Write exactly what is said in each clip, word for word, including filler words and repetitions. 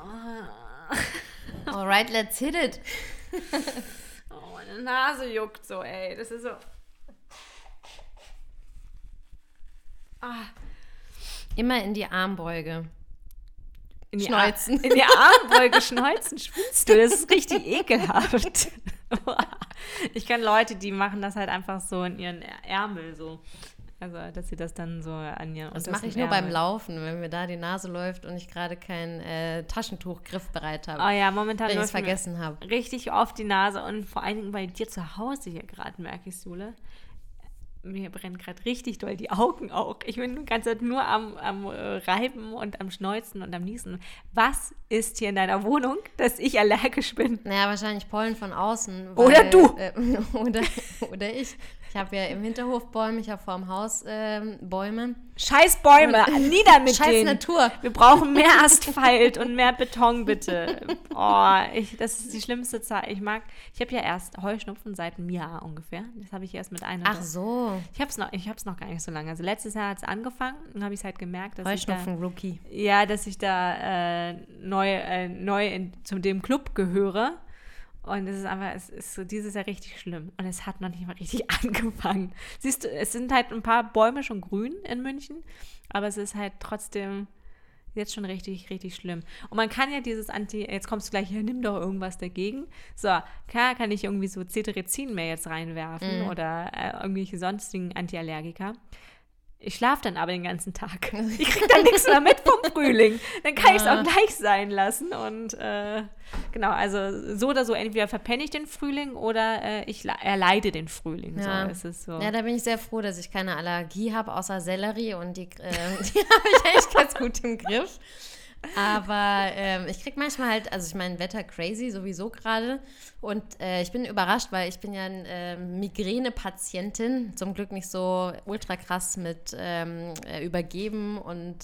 Alright, let's hit it. Oh, meine Nase juckt so, ey. Das ist so... Ah. Immer in die Armbeuge. In die Schneuzen. Ar- in die Armbeuge schneuzen, spinnst du? Das ist richtig ekelhaft. Ich kenne Leute, die machen das halt einfach so in ihren Ärmel so. Also, dass sie das dann so an ihren Das mache ich nur Ärmel. Beim Laufen, wenn mir da die Nase läuft und ich gerade kein äh, Taschentuch griffbereit habe. Oh ja, momentan wenn ich läuft es vergessen habe. Richtig auf die Nase und vor allen Dingen bei dir zu Hause hier gerade, merke ich, Jule. Mir brennen gerade richtig doll die Augen auch. Ich bin die ganze Zeit nur am, am Reiben und am Schneuzen und am Niesen. Was ist hier in deiner Wohnung, dass ich allergisch bin? Naja, wahrscheinlich Pollen von außen. Weil, oder du. Äh, oder, oder ich. Ich habe ja im Hinterhof Bäume, ich habe vor dem Haus äh, Bäume. Scheiß Bäume, und, nieder mit Scheiß denen. Natur. Wir brauchen mehr Asphalt und mehr Beton, bitte. Oh, ich, das ist die schlimmste Zeit. Ich mag, ich habe ja erst Heuschnupfen seit einem Jahr ungefähr. Das habe ich erst mit einem. Ach so. Ich habe es noch, ich hab's noch gar nicht so lange. Also letztes Jahr hat es angefangen und habe ich es halt gemerkt, dass Heuschnupfen-Rookie. ich da, ja, dass ich da äh, neu, äh, neu in, zu dem Club gehöre. Und es ist einfach, es ist so dieses Jahr richtig schlimm. Und es hat noch nicht mal richtig angefangen. Siehst du, es sind halt ein paar Bäume schon grün in München, aber es ist halt trotzdem jetzt schon richtig, richtig schlimm. Und man kann ja dieses Anti, jetzt kommst du gleich hier, nimm doch irgendwas dagegen. So, klar kann ich irgendwie so Cetirizin mehr jetzt reinwerfen mm. oder äh, irgendwelche sonstigen Antiallergika. Ich schlafe dann aber den ganzen Tag. Ich kriege dann nichts mehr mit vom Frühling. Dann kann ja. ich es auch gleich sein lassen. Und äh, genau, also so oder so, entweder verpenne ich den Frühling oder äh, ich erleide den Frühling. Ja. So ist es so. Ja, da bin ich sehr froh, dass ich keine Allergie habe, außer Sellerie. Und die, äh, die habe ich echt ganz gut im Griff. Aber ähm, ich kriege manchmal halt, also ich meine, Wetter crazy sowieso gerade. Und äh, ich bin überrascht, weil ich bin ja eine äh, Migräne-Patientin. Zum Glück nicht so ultra krass mit ähm, äh, übergeben und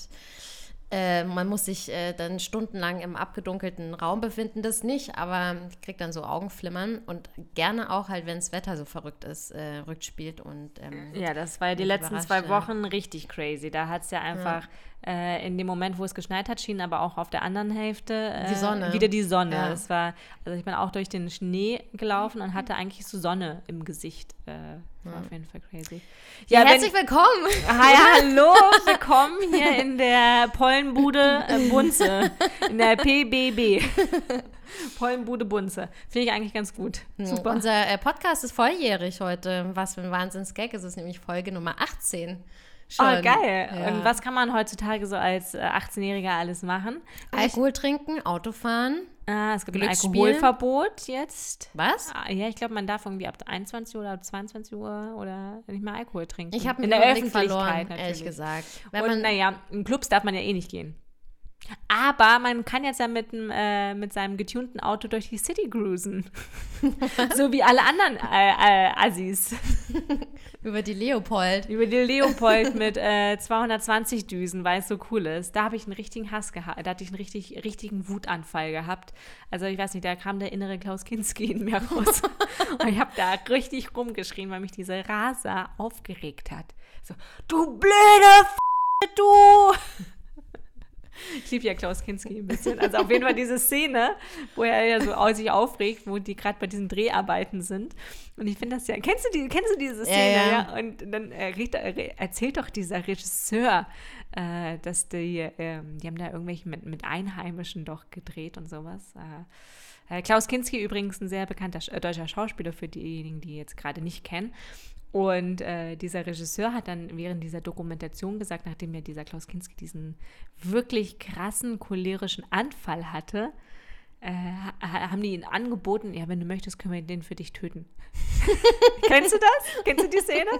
äh, man muss sich äh, dann stundenlang im abgedunkelten Raum befinden. Das nicht, aber ich kriege dann so Augenflimmern und gerne auch halt, wenn das Wetter so verrückt ist, äh, rückt spielt. Und, ähm, ja, das war ja die letzten zwei Wochen richtig crazy. Da hat es ja einfach... Ja. Äh, in dem Moment, wo es geschneit hat, schien aber auch auf der anderen Hälfte äh, die Sonne. wieder die Sonne. Ja. Das war, also ich bin auch durch den Schnee gelaufen und hatte eigentlich so Sonne im Gesicht. Äh, war ja. auf jeden Fall crazy. Ja, ja herzlich wenn, willkommen. Hi, hallo, willkommen hier in der Pollenbude äh, Bunze, in der P B B. Pollenbude Bunze. Finde ich eigentlich ganz gut. Super. Unser äh, Podcast ist volljährig heute. Was für ein Wahnsinns-Gag. Es ist nämlich Folge Nummer achtzehn. Schon. Oh, geil. Ja. Und was kann man heutzutage so als äh, achtzehnjähriger alles machen? Alkohol ich, trinken, Autofahren. Ah, es gibt ein Alkoholverbot jetzt. Was? Ah, ja, ich glaube, man darf irgendwie ab einundzwanzig Uhr oder ab zweiundzwanzig Uhr oder nicht mehr Alkohol trinken. Ich habe in der Öffentlichkeit verloren, natürlich. ehrlich gesagt. Wenn Und naja, in Clubs darf man ja eh nicht gehen. Aber man kann jetzt ja mit, äh, mit seinem getunten Auto durch die City cruisen. So wie alle anderen äh, äh, Assis. Über die Leopold. Über die Leopold mit äh, zweihundertzwanzig Düsen, weil es so cool ist. Da habe ich einen richtigen Hass gehabt. Da hatte ich einen richtig, richtigen Wutanfall gehabt. Also ich weiß nicht, da kam der innere Klaus Kinski in mir raus. Und ich habe da richtig rumgeschrien, weil mich dieser Raser aufgeregt hat. So, du blöde F***, du! Ich liebe ja Klaus Kinski ein bisschen. Also auf jeden Fall diese Szene, wo er ja so sich aufregt, wo die gerade bei diesen Dreharbeiten sind. Und ich finde das ja, kennst du, die, kennst du diese Szene? Ja, ja. Ja? Und dann äh, erzählt doch dieser Regisseur, äh, dass die, äh, die haben da irgendwelche mit, mit Einheimischen doch gedreht und sowas. Äh, Klaus Kinski übrigens ein sehr bekannter äh, deutscher Schauspieler für diejenigen, die jetzt gerade nicht kennen. Und äh, dieser Regisseur hat dann während dieser Dokumentation gesagt, nachdem ja dieser Klaus Kinski diesen wirklich krassen cholerischen Anfall hatte, äh, haben die ihn angeboten, ja, wenn du möchtest, können wir den für dich töten. Kennst du das? Kennst du die Szene?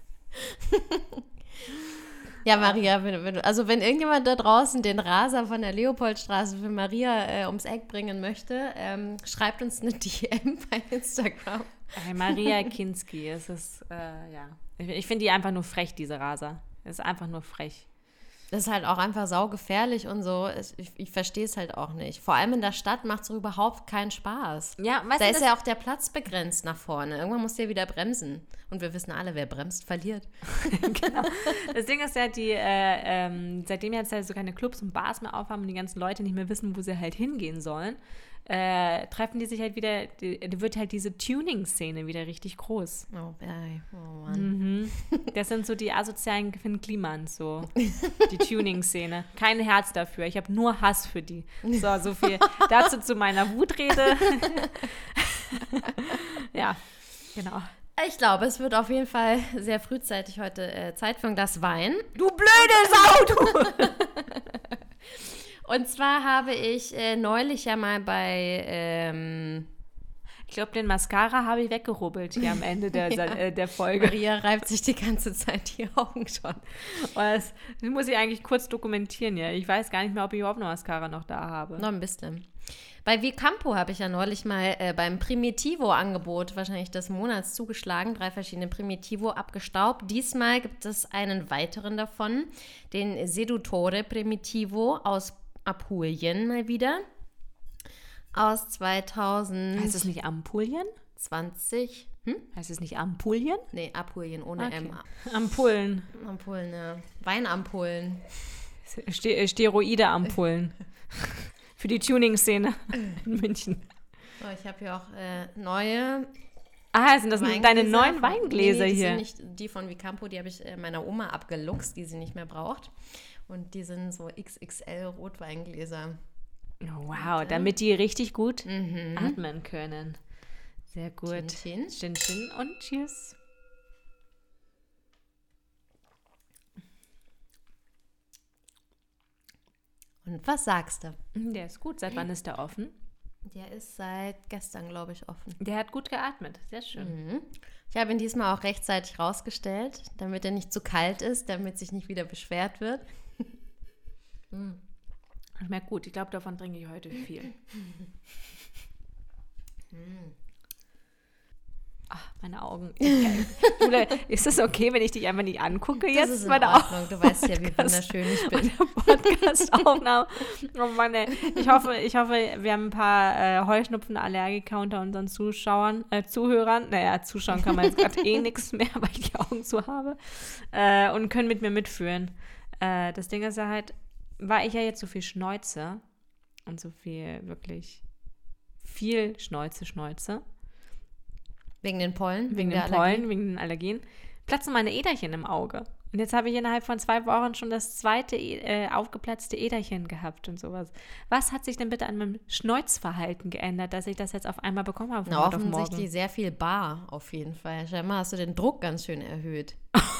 Ja, Maria, wenn, wenn, also wenn irgendjemand da draußen den Raser von der Leopoldstraße für Maria äh, ums Eck bringen möchte, ähm, schreibt uns eine D M bei Instagram. Äh, Maria Kinski, es ist, äh, ja. Ich, ich finde die einfach nur frech, diese Raser. Es ist einfach nur frech. Das ist halt auch einfach saugefährlich und so. Ich, ich verstehe es halt auch nicht. Vor allem in der Stadt macht es überhaupt keinen Spaß. Ja, weißt da du, ist ja auch der Platz begrenzt nach vorne. Irgendwann musst du ja wieder bremsen. Und wir wissen alle, wer bremst, verliert. Genau. Das Ding ist ja, die, äh, ähm, seitdem jetzt halt so keine Clubs und Bars mehr aufhaben und die ganzen Leute nicht mehr wissen, wo sie halt hingehen sollen, äh, treffen die sich halt wieder, die, die wird halt diese Tuning-Szene wieder richtig groß. Oh, ey, oh Mann. Mhm. Das sind so die asozialen Finn Klimans, so die Tuning-Szene. Kein Herz dafür, ich habe nur Hass für die. So, so viel dazu zu meiner Wutrede. Ja, genau. Ich glaube, es wird auf jeden Fall sehr frühzeitig heute äh, Zeit für ein Glas Wein. Du blöde Sau, du! Und zwar habe ich äh, neulich ja mal bei, ähm, ich glaube, den Mascara habe ich weggerubbelt hier am Ende der, ja. äh, der Folge. Maria reibt sich die ganze Zeit die Augen schon. Und das, das muss ich eigentlich kurz dokumentieren, ja. Ich weiß gar nicht mehr, ob ich überhaupt noch Mascara noch da habe. Noch ein bisschen. Bei Vicampo habe ich ja neulich mal äh, beim Primitivo-Angebot wahrscheinlich des Monats zugeschlagen, drei verschiedene Primitivo abgestaubt. Diesmal gibt es einen weiteren davon, den Seduttore Primitivo aus Apulien mal wieder. Aus zweitausend. Heißt es nicht Ampullen? zwanzig. Hm? Heißt es nicht Ampullen? Nee, Apulien ohne Okay. M. Ampullen. Ampullen, ja. Weinampullen. Ste Steroide-Ampullen. Für die Tuning-Szene in München. Oh, ich habe hier auch äh, neue Ah, sind das Weingläser deine neuen von- Weingläser nee, nee, die hier? sind nicht die von Vicampo, die habe ich äh, meiner Oma abgeluchst, die sie nicht mehr braucht. Und die sind so X X L Rotweingläser. Oh, wow, damit die richtig gut Mhm. atmen können. Sehr gut. Chin, chin. Chin, chin und Cheers. Und was sagst du? Der ist gut. Seit wann ist der offen? Der ist seit gestern, glaube ich, offen. Der hat gut geatmet. Sehr schön. Mhm. Ich habe ihn diesmal auch rechtzeitig rausgestellt, damit er nicht zu kalt ist, damit sich nicht wieder beschwert wird. Schmeckt gut. Ich glaube, davon trinke ich heute viel. Ach, meine Augen. Jule, ist es okay, wenn ich dich einfach nicht angucke Das jetzt? ist in bei der Ordnung. Du weißt ja, wie Podcast- wunderschön ich bin. Podcast-Aufnahme. Oh Mann, ey. Ich hoffe, ich hoffe, wir haben ein paar äh, Heuschnupfen-Allergiker unter unseren Zuschauern, äh, Zuhörern. Naja, zuschauen kann man jetzt gerade eh nichts mehr, weil ich die Augen zu habe. Äh, und können mit mir mitführen. Äh, das Ding ist ja halt, weil ich ja jetzt so viel schneuze und so viel, wirklich viel Schneuze, Schneuze, Wegen den Pollen? wegen der den Allergie? Pollen, wegen den Allergien, platzen meine Äderchen im Auge. Und jetzt habe ich innerhalb von zwei Wochen schon das zweite äh, aufgeplatzte Äderchen gehabt und sowas. Was hat sich denn bitte an meinem Schneuzverhalten geändert, dass ich das jetzt auf einmal bekommen habe von Na, heute auf offensichtlich morgen? sehr viel Bar auf jeden Fall. Scheinbar hast du den Druck ganz schön erhöht.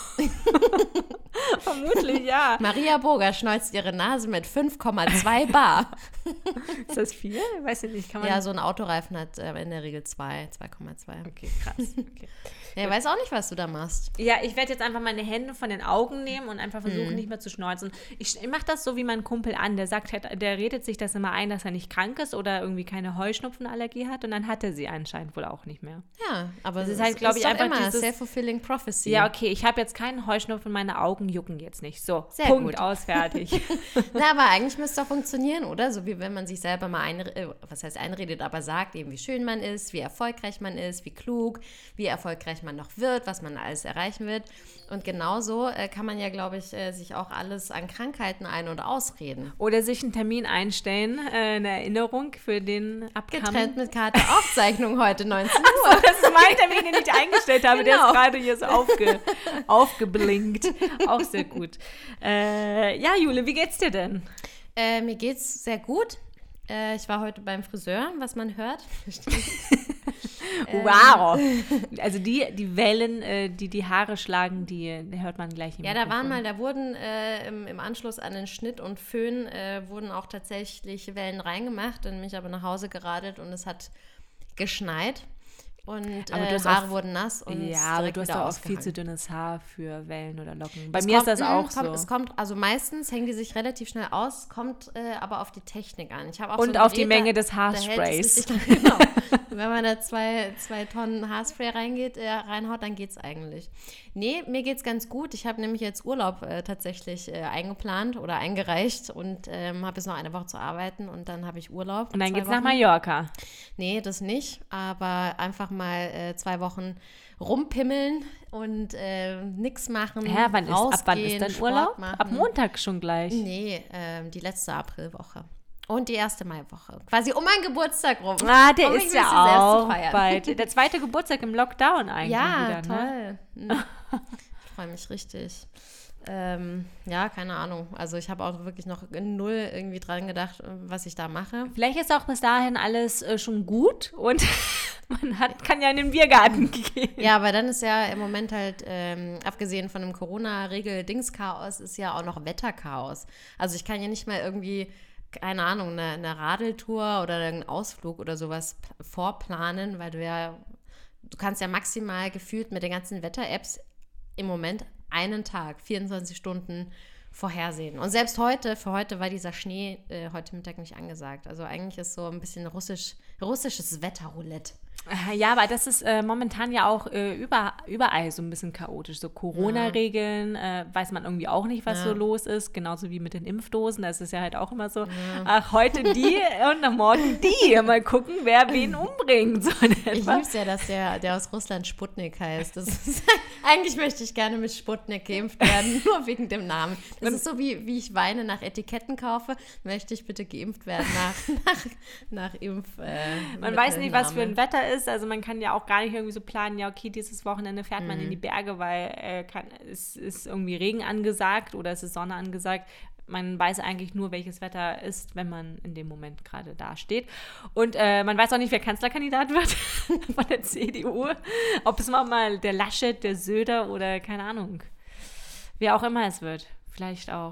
Vermutlich, ja. Maria Burger schneuzt ihre Nase mit fünf Komma zwei Bar. Ist das viel? Weiß ich nicht. Kann man Ja, so ein Autoreifen hat äh, in der Regel zwei, zwei Komma zwei. Okay, krass. Okay. Ja, ich weiß auch nicht, was du da machst. Ja, ich werde jetzt einfach meine Hände von den Augen nehmen und einfach versuchen, Mhm. nicht mehr zu schneuzen. Ich, ich mache das so wie mein Kumpel an. Der sagt, halt, der redet sich das immer ein, dass er nicht krank ist oder irgendwie keine Heuschnupfenallergie hat. Und dann hat er sie anscheinend wohl auch nicht mehr. Ja, aber Das es ist halt, glaub ich, doch einfach immer dieses- self-fulfilling prophecy. Ja, okay, ich habe jetzt keinen Heuschnupfen, meine Augen jucken jetzt nicht. So, Sehr Punkt, gut. aus, fertig. Na, aber eigentlich müsste es doch funktionieren, oder? So wie wenn man sich selber mal einredet, äh, was heißt einredet, aber sagt eben, wie schön man ist, wie erfolgreich man ist, wie klug, wie erfolgreich man noch wird, was man alles erreichen wird. Und genauso äh, kann man ja, glaube ich, äh, sich auch alles an Krankheiten ein- und ausreden. Oder sich einen Termin einstellen, äh, eine Erinnerung für den Abkamm. Getrennt mit Karte Aufzeichnung heute neunzehn Uhr. Das ist mein Termin, den ich eingestellt habe. Der Genau. ist gerade hier so aufge, aufgeblinkt. Auch sehr gut. Äh, ja, Jule, wie geht's dir denn? Äh, mir geht's sehr gut. Äh, ich war heute beim Friseur, was man hört. Wow. Also die, die Wellen, äh, die die Haare schlagen, die, die hört man gleich im Ja, da waren Mikrofon. mal, da wurden äh, im, im Anschluss an den Schnitt und Föhn äh, wurden auch tatsächlich Wellen reingemacht, dann bin ich aber nach Hause geradelt und es hat geschneit. und Aber du äh, hast Haare auch- wurden nass und Ja, ist aber direkt du hast wieder doch auch viel ausgehangen. zu dünnes Haar für Wellen oder Locken. Bei Es mir kommt- ist das mh, auch kommt, so. Es kommt, also meistens hängen die sich relativ schnell aus, kommt äh, aber auf die Technik an. Ich habe auch Und so ein auf die Gerät, Menge da- des da hält es Haarsprays. richtig lang. Genau. Wenn man da zwei, zwei Tonnen Haarspray reingeht, äh, reinhaut, dann geht's eigentlich. Nee, mir geht's ganz gut. Ich habe nämlich jetzt Urlaub äh, tatsächlich äh, eingeplant oder eingereicht und ähm, habe jetzt noch eine Woche zu arbeiten und dann habe ich Urlaub. Und dann zwei geht's nach Wochen. Mallorca. Nee, das nicht, aber einfach mal äh, zwei Wochen rumpimmeln und äh, nix machen. Hä, wann ist, ab wann ist rausgehen, dein Sport Urlaub? machen. Ab Montag schon gleich. Nee, ähm, die letzte Aprilwoche. Und die erste Maiwoche. Quasi um meinen Geburtstag rum. Ah, der Um mich ist ein ja bisschen selbst zu auch feiern. bald. Der zweite Geburtstag im Lockdown eigentlich Ja, wieder, ne? toll. Mhm. Ich freue mich richtig. Ähm, ja, keine Ahnung. Also ich habe auch wirklich noch null irgendwie dran gedacht, was ich da mache. Vielleicht ist auch bis dahin alles äh, schon gut und man hat, kann ja in den Biergarten gehen. Ja, aber dann ist ja im Moment halt, ähm, abgesehen von dem Corona-Regel-Dings-Chaos, ist ja auch noch Wetterchaos. Also ich kann ja nicht mal irgendwie, keine Ahnung, eine, eine Radeltour oder einen Ausflug oder sowas p- vorplanen, weil du ja, du kannst ja maximal gefühlt mit den ganzen Wetter-Apps im Moment einen Tag, vierundzwanzig Stunden vorhersehen. Und selbst heute, für heute war dieser Schnee äh, heute Mittag nicht angesagt. Also eigentlich ist so ein bisschen russisch, russisches Wetterroulette. Ja, aber das ist äh, momentan ja auch äh, über, überall so ein bisschen chaotisch. So Corona-Regeln, äh, weiß man irgendwie auch nicht, was Ja. so los ist. Genauso wie mit den Impfdosen. Das ist ja halt auch immer so, ach, heute die und am Morgen die. Mal gucken, wer wen umbringt. So in Ich etwa. lieb's ja, dass der, der aus Russland Sputnik heißt. Das ist, eigentlich möchte ich gerne mit Sputnik geimpft werden, nur wegen dem Namen. Das ist so, wie, wie ich Weine nach Etiketten kaufe, möchte ich bitte geimpft werden nach, nach, nach Impf. Äh, Man weiß nicht, was für ein Mittelname. Wetter ist. Also man kann ja auch gar nicht irgendwie so planen, ja, okay, dieses Wochenende fährt man in die Berge, weil äh, kann, es ist irgendwie Regen angesagt oder es ist Sonne angesagt. Man weiß eigentlich nur, welches Wetter ist, wenn man in dem Moment gerade da steht. Und äh, man weiß auch nicht, wer Kanzlerkandidat wird von der C D U. Ob es mal der Laschet, der Söder oder keine Ahnung. Wer auch immer es wird. Vielleicht auch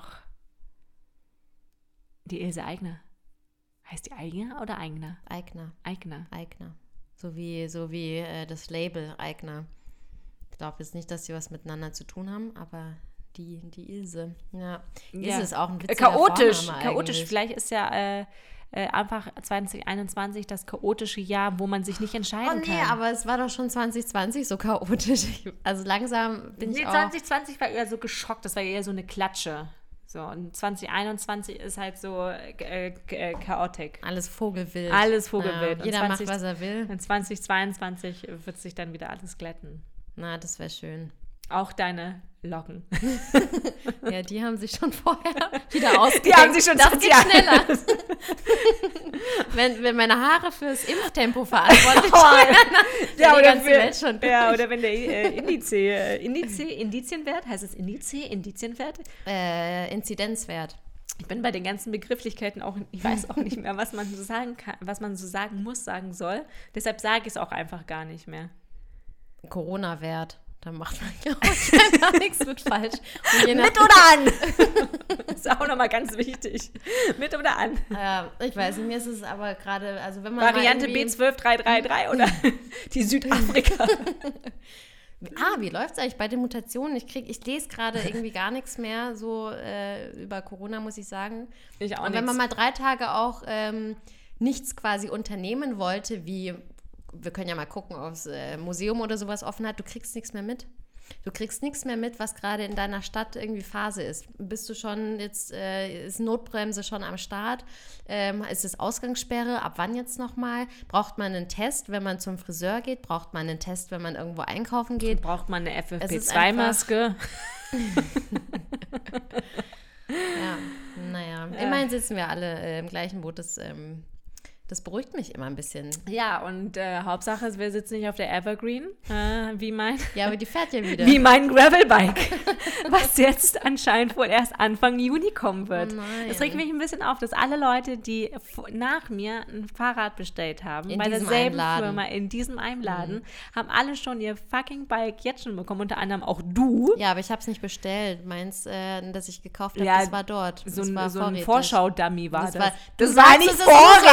die Ilse Aigner. Heißt die Aigner oder Aigner? Eigner, Aigner. Eigner. So wie, so wie äh, das Label Eigner. Ich glaube jetzt nicht, dass sie was miteinander zu tun haben, aber die, die Ilse. Ja, Ilse Ja. ist auch ein Äh, witziger chaotisch, Vorname chaotisch. eigentlich. Vielleicht ist ja äh, äh, einfach zwanzig einundzwanzig das chaotische Jahr, wo man sich nicht Oh entscheiden nee, kann. aber es war doch schon zwanzig zwanzig so chaotisch. Ich- Also langsam bin Nee, ich auch... zwanzig zwanzig war eher so geschockt, das war eher so eine Klatsche. So, und zwanzig einundzwanzig ist halt so äh, äh, chaotic. Alles Vogelwild. Alles Vogelwild. Ja, Und jeder zwanzig macht, was er will. Und zwanzig zweiundzwanzig wird sich dann wieder alles glätten. Na, das wäre schön. Auch deine Locken. Ja, die haben sich schon vorher wieder ausgehängt. Die haben sich schon Das geht ja. schneller. wenn, wenn meine Haare fürs Impftempo verantwortlich Oh, wären, ja, wäre die oder, ganze für, Welt schon durch. ja, oder wenn der äh, Indiz, äh, Indiz, Indizienwert, heißt es Indiz, Indizienwert? Äh, Inzidenzwert. Ich bin bei den ganzen Begrifflichkeiten auch, ich weiß auch nicht mehr, was man so sagen kann, was man so sagen muss, sagen soll. Deshalb sage ich es auch einfach gar nicht mehr. Corona-Wert. Da macht man, glaube ich, gar nichts mit falsch. Und je nach- Mit oder an? Das ist auch nochmal ganz wichtig. Mit oder an? Ja, ich weiß nicht, mir ist es aber gerade, also wenn man mal Variante irgendwie- B zwölf drei drei drei oder die Südafrika. Ah, wie läuft es eigentlich bei den Mutationen? Ich krieg, ich lese gerade irgendwie gar nichts mehr so äh, über Corona, muss ich sagen. Ich auch Und wenn nichts. man mal drei Tage auch ähm, nichts quasi unternehmen wollte, wie, wir können ja mal gucken, ob das äh, Museum oder sowas offen hat, du kriegst nichts mehr mit. Du kriegst nichts mehr mit, was gerade in deiner Stadt irgendwie Phase ist. Bist du schon jetzt, äh, ist Notbremse schon am Start? Ähm, ist es Ausgangssperre? Ab wann jetzt nochmal? Braucht man einen Test, wenn man zum Friseur geht? Braucht man einen Test, wenn man irgendwo einkaufen geht? Braucht man eine F F Es P ist zwei Maske? Ja, naja. Immerhin sitzen wir alle äh, im gleichen Boot. Das, ähm, das beruhigt mich immer ein bisschen. Ja, und äh, Hauptsache ist, wir sitzen nicht auf der Evergreen, äh, wie mein Ja, aber die fährt ja wieder. wie mein Gravelbike, was jetzt anscheinend wohl erst Anfang Juni kommen wird. Oh nein. Das regt mich ein bisschen auf, dass alle Leute, die v- nach mir ein Fahrrad bestellt haben, In bei diesem derselben einen Laden. Firma, in diesem einen Laden, haben alle schon ihr fucking Bike jetzt schon bekommen, unter anderem auch du. Ja, aber ich habe es nicht bestellt. Meins, äh, das ich gekauft habe, Ja, das war dort. So das ein, war so ein vorrätig. Vorschau-Dummy war Das das. war- das du war sagst, nicht es ist nur so vorrätig, abwertend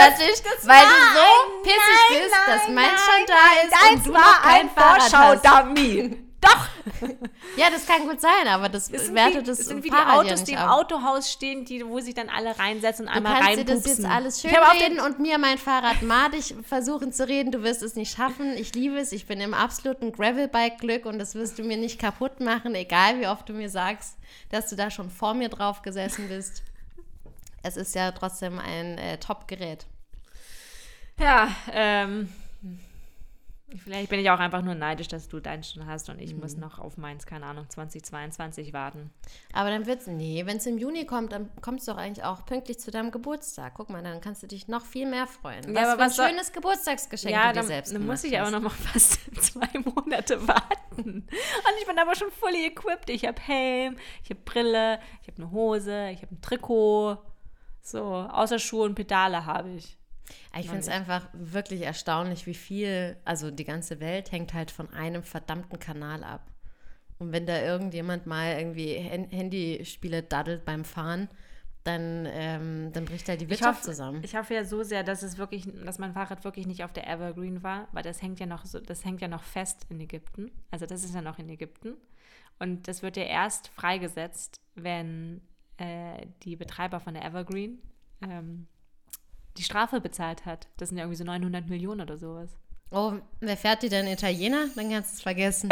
fertig, weil du so pissig bist, dass meins schon da ist und du noch kein Fahrrad hast. Vorschau-Dummy. Doch! Ja, das kann gut sein, aber das Das sind wertet wie, das das sind wie die Fahrrad Autos, ja die nicht im ab. Autohaus stehen, die, wo sich dann alle reinsetzen und Du einmal kannst dir das reinpupsen. jetzt alles schön Ich hab auf reden den- und mir mein Fahrrad madig versuchen zu reden. Du wirst es nicht schaffen. Ich liebe es. Ich bin im absoluten Gravelbike-Glück und das wirst du mir nicht kaputt machen, egal wie oft du mir sagst, dass du da schon vor mir drauf gesessen bist. Es ist ja trotzdem ein äh, Top-Gerät. Ja, ähm, vielleicht bin ich auch einfach nur neidisch, dass du deins schon hast und ich mhm. muss noch auf meins, keine Ahnung, zwanzig zweiundzwanzig warten. Aber dann wird's, nee, wenn es im Juni kommt, dann kommt es doch eigentlich auch pünktlich zu deinem Geburtstag. Guck mal, dann kannst du dich noch viel mehr freuen. Ja, was aber für ein was soll- schönes Geburtstagsgeschenk Ja, du dir dann, selbst dann muss gemacht ich aber hast. noch mal fast zwei Monate warten. Und ich bin aber schon fully equipped. Ich habe Helm, ich habe Brille, ich habe eine Hose, ich habe ein Trikot. So, außer Schuhe und Pedale habe ich. Ich finde es einfach wirklich erstaunlich, wie viel, also die ganze Welt hängt halt von einem verdammten Kanal ab. Und wenn da irgendjemand mal irgendwie Hen- Handyspiele daddelt beim Fahren, dann, ähm, dann bricht halt die Wirtschaft ich hoffe, zusammen. Ich hoffe ja so sehr, dass es wirklich, dass mein Fahrrad wirklich nicht auf der Evergreen war, weil das hängt ja noch so, das hängt ja noch fest in Ägypten. Also das ist ja noch in Ägypten. Und das wird ja erst freigesetzt, wenn äh, die Betreiber von der Evergreen ähm, die Strafe bezahlt hat. Das sind ja irgendwie so neunhundert Millionen oder sowas. Oh, wer fährt die denn? Italiener? Dann kannst du es vergessen.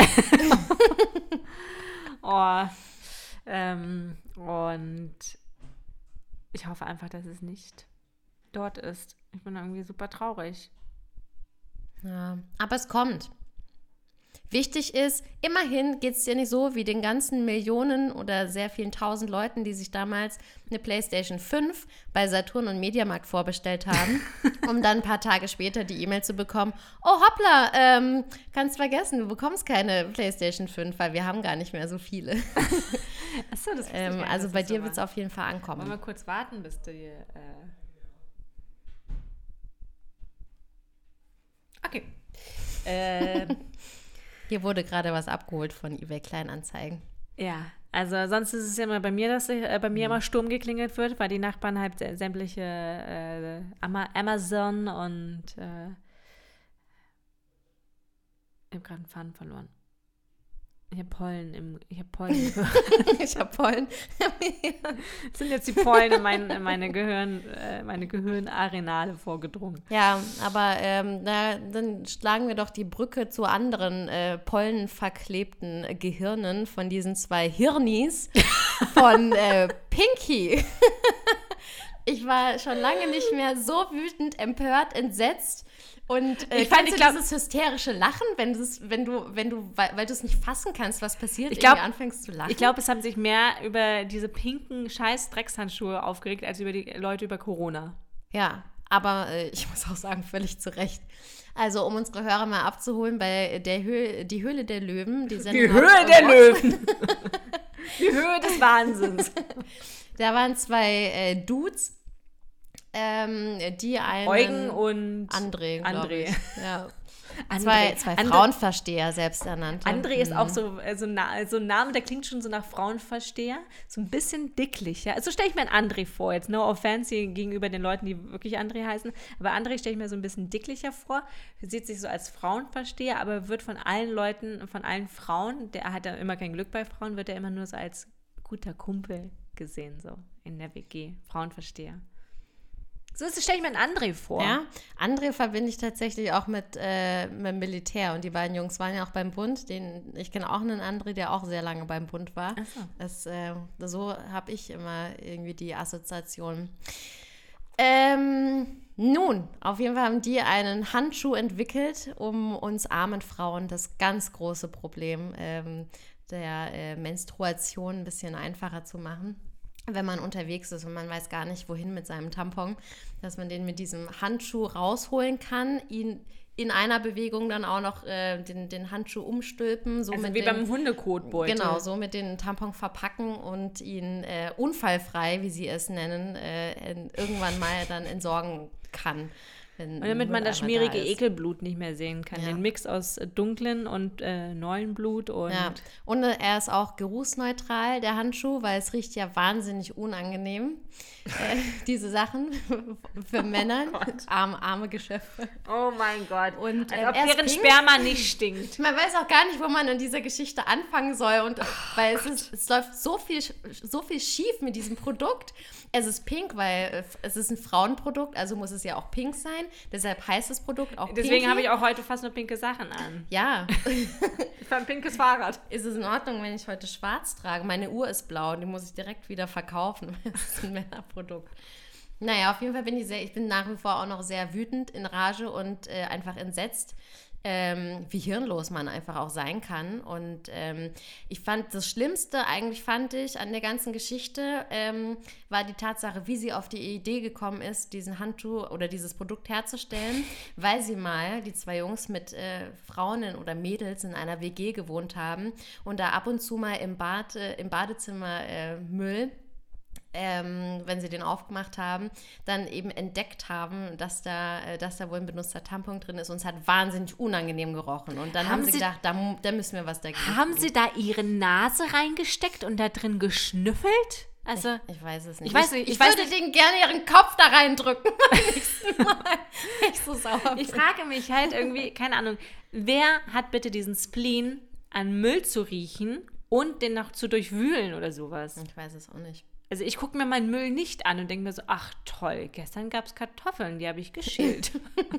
Oh, ähm, und ich hoffe einfach, dass es nicht dort ist. Ich bin irgendwie super traurig. Ja, aber es kommt. Wichtig ist, immerhin geht es dir nicht so wie den ganzen Millionen oder sehr vielen tausend Leuten, die sich damals eine PlayStation fünf bei Saturn und Mediamarkt vorbestellt haben, um dann ein paar Tage später die E-Mail zu bekommen, oh hoppla, ähm, kannst vergessen, du bekommst keine PlayStation fünf, weil wir haben gar nicht mehr so viele. Achso, das ähm, Also bei dir wird es auf jeden Fall ankommen. Wollen wir kurz warten, bis du hier... Äh okay. äh... Hier wurde gerade was abgeholt von eBay Kleinanzeigen. Ja, also sonst ist es ja immer bei mir, dass äh, bei mir immer Sturm geklingelt wird, weil die Nachbarn halt äh, sämtliche äh, Ama- Amazon und äh, ich habe gerade einen Faden verloren. Ich habe Pollen im, ich habe Pollen im Gehirn. Ich habe Pollen. Das sind jetzt die Pollen in, mein, in meine Gehirn, äh, meine Gehirnarenale vorgedrungen. Ja, aber ähm, na, dann schlagen wir doch die Brücke zu anderen äh, pollenverklebten äh, Gehirnen von diesen zwei Hirnis von äh, Pinky. Ich war schon lange nicht mehr so wütend, empört, entsetzt. Und äh, Ich fand, kennst ich du glaub- dieses hysterische Lachen, wenn, das, wenn du, wenn du, weil, weil du es nicht fassen kannst, was passiert, Ich glaub- irgendwie anfängst zu lachen? Ich glaube, es haben sich mehr über diese pinken Scheiß-Dreckshandschuhe aufgeregt, als über die Leute über Corona. Ja, aber äh, ich muss auch sagen, völlig zu Recht. Also, um unsere Hörer mal abzuholen, bei der Höhe, die Höhle der Löwen, die Sendung Die hab ich Höhe der irgendwo- Löwen. Die Höhe des Wahnsinns. Da waren zwei äh, Dudes, ähm, die einen... Eugen und André, glaube André. ich. Ja. André. Zwei, zwei André- Frauenversteher, selbst ernannt. André ist auch so, äh, so, na, so ein Name, der klingt schon so nach Frauenversteher. So ein bisschen dicklich. Ja? So stelle ich mir einen André vor. Jetzt no offense hier gegenüber den Leuten, die wirklich André heißen. Aber André stelle ich mir so ein bisschen dicklicher vor. Er sieht sich so als Frauenversteher, aber wird von allen Leuten, von allen Frauen, der hat ja immer kein Glück bei Frauen, wird er immer nur so als guter Kumpel gesehen, so in der W G. Frauenversteher. So stelle ich mir einen André vor. Ja, André verbinde ich tatsächlich auch mit, äh, mit dem Militär. Und die beiden Jungs waren ja auch beim Bund. Den, ich kenne auch einen André, der auch sehr lange beim Bund war. Ach so. Das, äh, so habe ich immer irgendwie die Assoziation. Ähm, nun, auf jeden Fall haben die einen Handschuh entwickelt, um uns armen Frauen das ganz große Problem ähm, der äh, Menstruation ein bisschen einfacher zu machen. Wenn man unterwegs ist und man weiß gar nicht, wohin mit seinem Tampon, dass man den mit diesem Handschuh rausholen kann, ihn in einer Bewegung dann auch noch äh, den, den Handschuh umstülpen. So Also mit wie den, beim Hundekotbeutel. Genau, so mit den Tampon verpacken und ihn äh, unfallfrei, wie sie es nennen, äh, in, irgendwann mal dann entsorgen kann. Wenn Und damit man das Mülleimer schmierige da ist. Ekelblut nicht mehr sehen kann. Ja. Den Mix aus äh, dunklen und äh, neuen Blut und Ja, und äh, er ist auch geruchsneutral, der Handschuh, weil es riecht ja wahnsinnig unangenehm, äh, diese Sachen für Männer, arme, arme Geschöpfe. oh mein Gott. Und, Als ähm, ob er ist deren pink. Sperma nicht stinkt. Man weiß auch gar nicht, wo man in dieser Geschichte anfangen soll, und weil es, ist, es läuft so viel, so viel schief mit diesem Produkt. Es ist pink, weil äh, es ist ein Frauenprodukt, also muss es ja auch pink sein. Deshalb heißt das Produkt auch Deswegen Pinky. habe ich auch heute fast nur pinke Sachen an. Ja, Ich fahre ein pinkes Fahrrad. ist es in Ordnung, wenn ich heute schwarz trage? Meine Uhr ist blau und die muss ich direkt wieder verkaufen. Das ist ein Männerprodukt. Naja, auf jeden Fall bin ich sehr, ich bin nach wie vor auch noch sehr wütend, in Rage und äh, einfach entsetzt, ähm, wie hirnlos man einfach auch sein kann. Und ähm, ich fand, das Schlimmste eigentlich fand ich an der ganzen Geschichte, ähm, war die Tatsache, wie sie auf die Idee gekommen ist, diesen Handschuh oder dieses Produkt herzustellen, weil sie mal, die zwei Jungs, mit äh, Frauen in, oder Mädels in einer W G gewohnt haben und da ab und zu mal im Bad, äh, im Badezimmer äh, Müll, Ähm, wenn sie den aufgemacht haben, dann eben entdeckt haben, dass da, äh, dass da wohl ein benutzter Tampon drin ist, und es hat wahnsinnig unangenehm gerochen. Und dann haben, Haben sie Sie- gedacht, da, mu- da müssen wir was dagegen Haben tun. Sie da Ihre Nase reingesteckt und da drin geschnüffelt? Also, Ich weiß es nicht. Ich weiß nicht, Ich, ich weiß würde nicht- denen gerne ihren Kopf da reindrücken beim nächsten Mal. wenn ich so sauer bin. ich frage mich halt irgendwie, keine Ahnung, wer hat bitte diesen Spleen, an Müll zu riechen und den noch zu durchwühlen oder sowas? Ich weiß es auch nicht. Also ich gucke mir meinen Müll nicht an und denke mir so, ach toll, gestern gab es Kartoffeln, die habe ich geschält.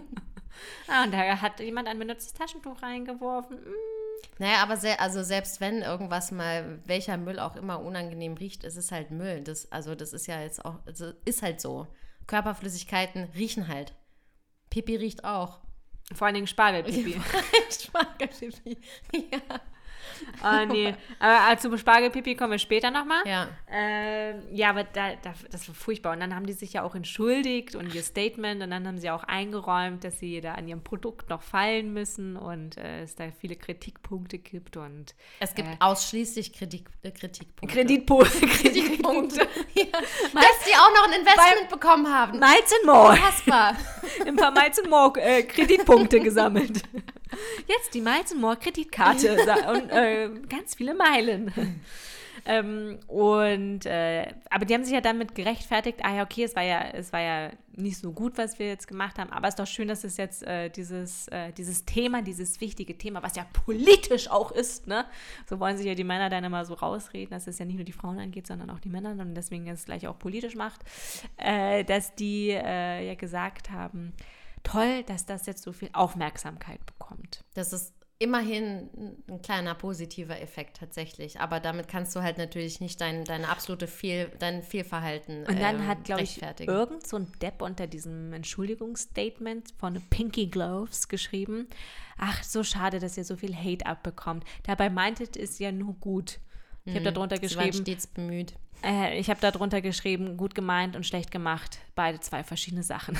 ah, und da hat jemand ein benutztes Taschentuch reingeworfen. Mm. Naja, aber se- also selbst wenn irgendwas mal, welcher Müll auch immer unangenehm riecht, es ist halt Müll. Das, also das ist ja jetzt auch, also ist halt so. Körperflüssigkeiten riechen halt. Pipi riecht auch. Vor allen Dingen Spargelpipi. Spargelpipi. Ja. Ah, nee. Aber äh, zum Spargelpipi kommen wir später nochmal. Ja. Ähm, ja, aber da, da, das war furchtbar. Und dann haben die sich ja auch entschuldigt und ihr Statement, und dann haben sie auch eingeräumt, dass sie da an ihrem Produkt noch fallen müssen und äh, es da viele Kritikpunkte gibt. Und Es gibt Äh. ausschließlich Kritik, äh, Kritikpunkte. Kreditpo Kritikpunkte. Ja. Dass die auch noch ein Investment bekommen haben. Miles and More. Unfassbar. Ein paar Miles and More äh, Kreditpunkte gesammelt. Jetzt die Miles and More Kreditkarte sa- und äh, ganz viele Meilen. ähm, und äh, aber die haben sich ja damit gerechtfertigt, ah ja, okay, es war ja, es war ja nicht so gut, was wir jetzt gemacht haben, aber es ist doch schön, dass es jetzt äh, dieses, äh, dieses Thema, dieses wichtige Thema, was ja politisch auch ist, ne? So wollen sich ja die Männer dann immer so rausreden, dass es ja nicht nur die Frauen angeht, sondern auch die Männer, und deswegen es gleich auch politisch macht, äh, dass die äh, ja gesagt haben, toll, dass das jetzt so viel Aufmerksamkeit bekommt. Das ist immerhin ein kleiner positiver Effekt tatsächlich. Aber damit kannst du halt natürlich nicht dein, deine absolute Fehl, dein Fehlverhalten Und dann ähm, hat, glaube ich, rechtfertigen. irgend so ein Depp unter diesem Entschuldigungsstatement von Pinky Gloves geschrieben, ach, so schade, dass ihr so viel Hate abbekommt. Dabei meintet es ja nur gut. Ich habe darunter Sie waren geschrieben, stets bemüht. äh, ich habe darunter geschrieben, gut gemeint und schlecht gemacht. Beide zwei verschiedene Sachen.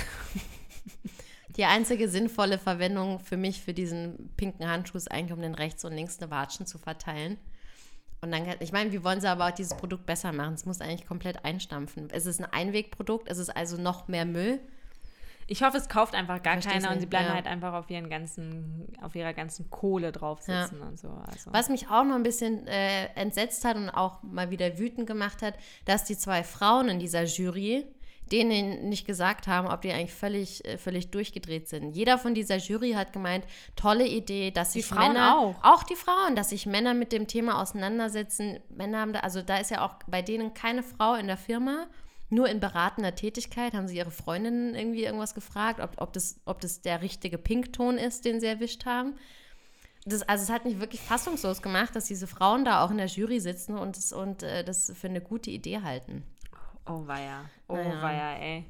Die einzige sinnvolle Verwendung für mich für diesen pinken Handschuh ist eigentlich, um den rechts und links eine Watschen zu verteilen. Und dann, ich meine, wie wollen sie aber auch dieses Produkt besser machen? Es muss eigentlich komplett einstampfen. Es ist ein Einwegprodukt, es ist also noch mehr Müll. Ich hoffe, es kauft einfach gar Versteh's keiner und nicht, sie bleiben ja. halt einfach auf ihren ganzen, auf ihrer ganzen Kohle drauf sitzen und so. Also. Was mich auch noch ein bisschen äh, entsetzt hat und auch mal wieder wütend gemacht hat, dass die zwei Frauen in dieser Jury denen nicht gesagt haben, ob die eigentlich völlig, äh, völlig durchgedreht sind. Jeder von dieser Jury hat gemeint, tolle Idee, dass Die sich Frauen Männer, auch. auch die Frauen, dass sich Männer mit dem Thema auseinandersetzen. Männer haben da, also da ist ja auch bei denen keine Frau in der Firma, nur in beratender Tätigkeit. Haben sie ihre Freundinnen irgendwie irgendwas gefragt, ob, ob, das, ob das der richtige Pinkton ist, den sie erwischt haben. Das, also es hat mich wirklich fassungslos gemacht, dass diese Frauen da auch in der Jury sitzen und das, und, äh, das für eine gute Idee halten. Oh weia, oh Naja. weia, ey.